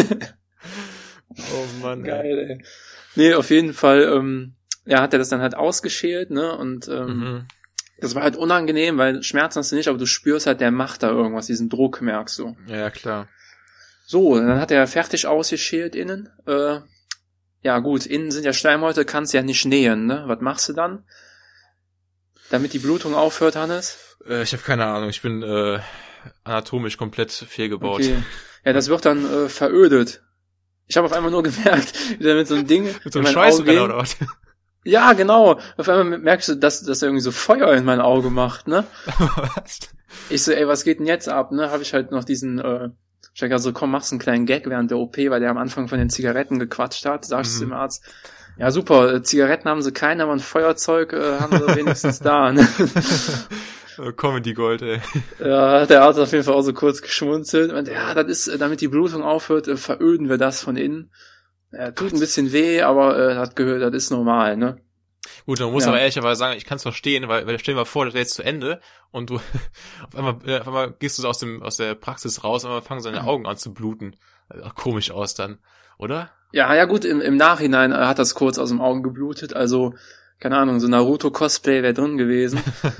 Oh Mann. Geil, ey. Nee, auf jeden Fall, ähm, ja, hat er das dann halt ausgeschält, ne? Und ähm, Mhm. das war halt unangenehm, weil Schmerzen hast du nicht, aber du spürst halt, der macht da irgendwas, diesen Druck merkst du. Ja, ja, klar. So, dann hat er fertig ausgeschält innen. Äh, ja gut, innen sind ja Schleimhäute, kannst ja nicht nähen, ne? Was machst du dann? Damit die Blutung aufhört, Hannes? Äh, ich habe keine Ahnung. Ich bin äh, anatomisch komplett fehlgebaut. Okay. Ja, das wird dann äh, verödet. Ich habe auf einmal nur gemerkt, wie der mit so einem Ding Mit so in einem mein Auge Schweißbrenner ging. oder was? Ja, genau. Auf einmal merkst du, dass, dass er irgendwie so Feuer in mein Auge macht, ne? Was? Ich so, ey, was geht denn jetzt ab, ne? Habe ich halt noch diesen, äh, ich sag so, komm, machst einen kleinen Gag während der O P, weil der am Anfang von den Zigaretten gequatscht hat. Sag ich Mhm. zu dem Arzt, ja super, äh, Zigaretten haben sie keine, aber ein Feuerzeug äh, haben sie wenigstens da, ne? Comedy Gold, ey. Ja, der Arzt hat auf jeden Fall auch so kurz geschmunzelt und ja, das ist, äh, damit die Blutung aufhört, äh, veröden wir das von innen. Ja, tut ein bisschen weh, aber äh, hat gehört, das ist normal, ne? Gut, man muss Ja. aber ehrlicherweise sagen, ich kann es verstehen, weil, weil stell dir mal vor, das wäre jetzt zu Ende und du auf einmal, äh, auf einmal gehst du so aus dem aus der Praxis raus und auf einmal fangen seine Augen an zu bluten. Also auch komisch aus dann, oder? Ja, ja gut, im, im Nachhinein äh, hat das kurz aus dem Auge geblutet, also, keine Ahnung, so Naruto-Cosplay wäre drin gewesen.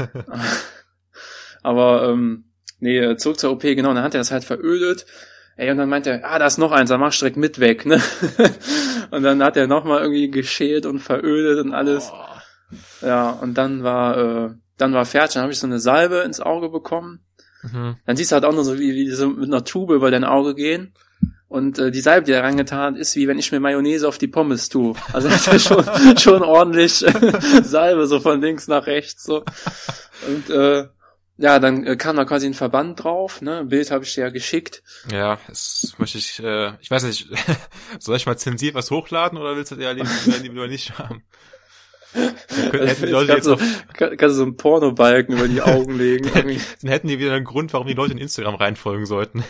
Aber, ähm, nee, zurück zur O P, genau, dann hat er das halt verödet. Ey, und dann meinte er, ah, da ist noch eins, dann mach ich direkt mit weg, ne? Und dann hat er nochmal irgendwie geschält und verödet und alles. Oh. Ja, und dann war, äh, dann war fertig, dann habe ich so eine Salbe ins Auge bekommen. Mhm. Dann siehst du halt auch nur so, wie, wie die so mit einer Tube über dein Auge gehen. Und äh, die Salbe, die er reingetan hat, ist wie wenn ich mir Mayonnaise auf die Pommes tue. Also er hat ja schon, schon ordentlich Salbe, so von links nach rechts. So. Und äh, ja, dann äh, kam da quasi ein Verband drauf, ne? Ein Bild habe ich dir ja geschickt. Ja, das möchte ich, äh, ich weiß nicht, soll ich mal zensiert was hochladen oder willst du ja lieber, lieber nicht haben? Dann können, hätten die Leute kannst, jetzt du, noch, kann, kannst du so einen Pornobalken über die Augen legen. Irgendwie. dann hätten die wieder einen Grund, warum die Leute in Instagram reinfolgen sollten.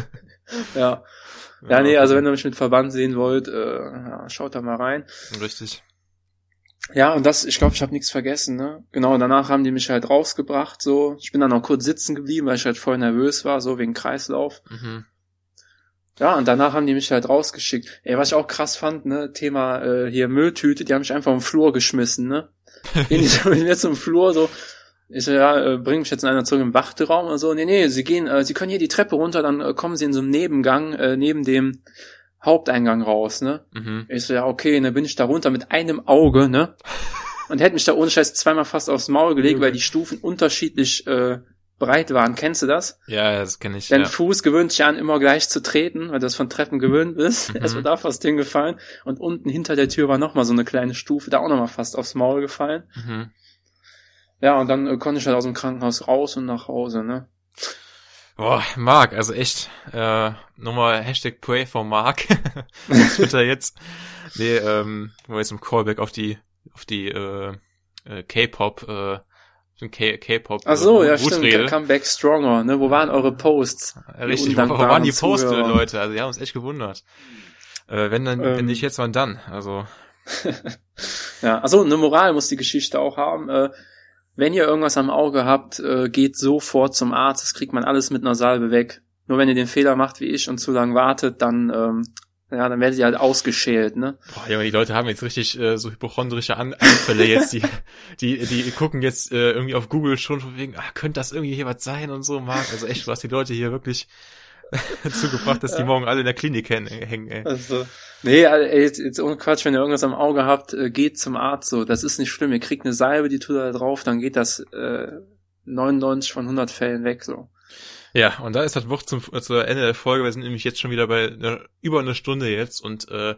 Ja. Ja, nee, also wenn ihr mich mit Verband sehen wollt, äh, ja, schaut da mal rein. Richtig. Ja, und das, ich glaube, ich habe nichts vergessen, ne? Genau, danach haben die mich halt rausgebracht, so. Ich bin dann noch kurz sitzen geblieben, weil ich halt voll nervös war, so wegen Kreislauf. Mhm. Ja, und danach haben die mich halt rausgeschickt. Ey, was ich auch krass fand, ne, Thema äh, hier Mülltüte, die haben mich einfach im Flur geschmissen, ne? Gehen die so mit mir zum Flur, so. Ich so, ja, äh, bring mich jetzt in einer zurück im Warteraum oder so. Nee, nee, sie gehen, äh, sie können hier die Treppe runter, dann äh, kommen sie in so einem Nebengang, äh, neben dem Haupteingang raus, ne? Mhm. Ich so, ja, okay, dann bin ich da runter mit einem Auge, ne? Und hätte mich da ohne Scheiß zweimal fast aufs Maul gelegt, weil die Stufen unterschiedlich äh, breit waren. Kennst du das? Ja, das kenne ich, Dein ja. Fuß gewöhnt sich an, immer gleich zu treten, weil du das von Treppen gewöhnt bist. Mhm. Erst war da fast hingefallen. Und unten hinter der Tür war nochmal so eine kleine Stufe, da auch nochmal fast aufs Maul gefallen. Mhm. Ja, und dann äh, konnte ich halt aus dem Krankenhaus raus und nach Hause, ne? Boah, Mark, also echt, äh, nochmal Hashtag Pray for Mark. Auf Twitter jetzt. Nee, ähm, war jetzt im Callback auf die, auf die, äh, äh K-Pop, äh, den K- K-Pop. Ach so, äh, ja, Wutrede. stimmt. Come back stronger, ne? Wo waren eure Posts? Ja, richtig, wo, wo undankbaren waren die Posts, Zuhörer. Leute? Also, die haben uns echt gewundert. Äh, wenn dann, Ähm. wenn nicht jetzt, wann dann? Also, Ja, also eine Moral muss die Geschichte auch haben. Äh, wenn ihr irgendwas am Auge habt, äh, geht sofort zum Arzt. Das kriegt man alles mit einer Salbe weg. Nur wenn ihr den Fehler macht wie ich und zu lange wartet, dann ähm, ja, dann werdet ihr halt ausgeschält, ne? boah, Junge, die Leute haben jetzt richtig äh, so hypochondrische An Anfälle jetzt, die, die, die gucken jetzt äh, irgendwie auf Google schon von wegen, ah, könnte das irgendwie hier was sein und so, Marc. Also echt, du hast die Leute hier wirklich zugebracht, dass die morgen alle in der Klinik hängen, hängen ey. Also, nee, ey, jetzt, jetzt ohne Quatsch, wenn ihr irgendwas am Auge habt, äh, geht zum Arzt so. Das ist nicht schlimm. Ihr kriegt eine Salbe, die tut da drauf, dann geht das äh, neunundneunzig von hundert Fällen weg so. Ja, und da ist das Wort zum, äh, zu Ende der Folge. Wir sind nämlich jetzt schon wieder bei ne, über eine Stunde jetzt und äh,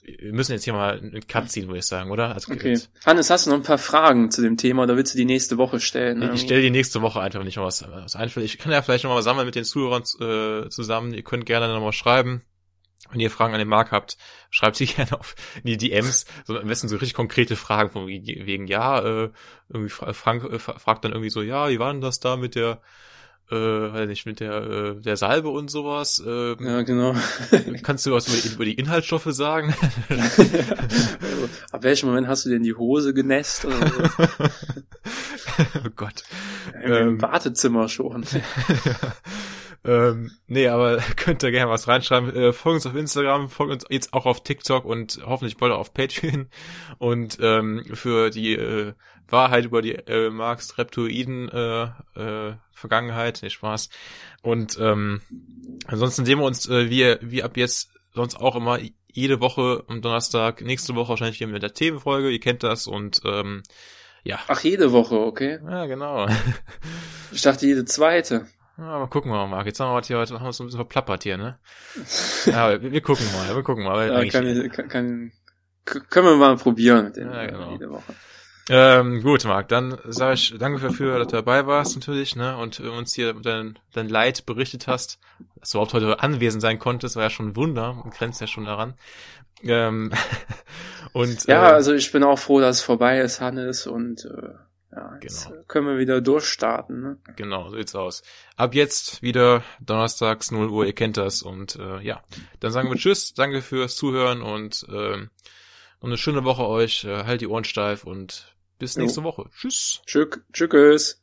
wir müssen jetzt hier mal einen Cut ziehen, würde ich sagen, oder? Also, okay. Hannes, hast du noch ein paar Fragen zu dem Thema oder willst du die nächste Woche stellen? Ich, ich stelle die nächste Woche einfach, wenn ich noch was, was einfällt. Ich kann ja vielleicht noch mal sammeln mit den Zuhörern äh, zusammen. Ihr könnt gerne noch mal schreiben. Wenn ihr Fragen an den Marc habt, schreibt sie gerne auf in die D Ms, so am besten so richtig konkrete Fragen von wegen, ja, äh, irgendwie Frank äh, fragt dann irgendwie so, ja, wie war denn das da mit der, äh, weiß nicht, mit der, äh, der Salbe und sowas? Ähm, ja, genau. Kannst du was über die, über die Inhaltsstoffe sagen? Also, ab welchem Moment hast du denn die Hose genässt? Oder so? Oh Gott. Im ähm, Wartezimmer schon. Ähm, nee, aber könnt ihr gerne was reinschreiben. Äh, folgt uns auf Instagram, folgt uns jetzt auch auf TikTok und hoffentlich bald auch auf Patreon. Und ähm, für die äh, Wahrheit über die äh, Marx Reptoiden äh, äh, Vergangenheit, nee, Spaß. Und ähm, ansonsten sehen wir uns äh, wie, wie ab jetzt sonst auch immer jede Woche am Donnerstag, nächste Woche wahrscheinlich wieder mit der Themenfolge, ihr kennt das und ähm, ja. Ach, jede Woche, okay. Ja, genau. Ich dachte jede zweite. Ja, aber gucken wir mal, Marc. Jetzt haben wir hier heute haben wir uns ein bisschen verplappert hier, ne? Ja, wir, wir gucken mal, wir gucken mal. Ja, kann, kann, kann, können wir mal probieren mit den ja, genau. jede Woche. Ähm, gut, Marc, dann sage ich danke dafür, dass du dabei warst natürlich, ne, und uns hier dein, dein Leid berichtet hast, dass du überhaupt heute anwesend sein konntest, war ja schon ein Wunder und grenzt ja schon daran. Ähm, und ja, äh, also ich bin auch froh, dass es vorbei ist, Hannes, und äh, ja, jetzt genau. können wir wieder durchstarten, ne? Genau, so sieht's aus. Ab jetzt wieder donnerstags null Uhr, ihr kennt das und äh, ja, dann sagen wir Tschüss, danke fürs Zuhören und äh, noch eine schöne Woche euch, äh, halt die Ohren steif und bis nächste jo. Woche. Tschüss. Tschüss. Tschüss.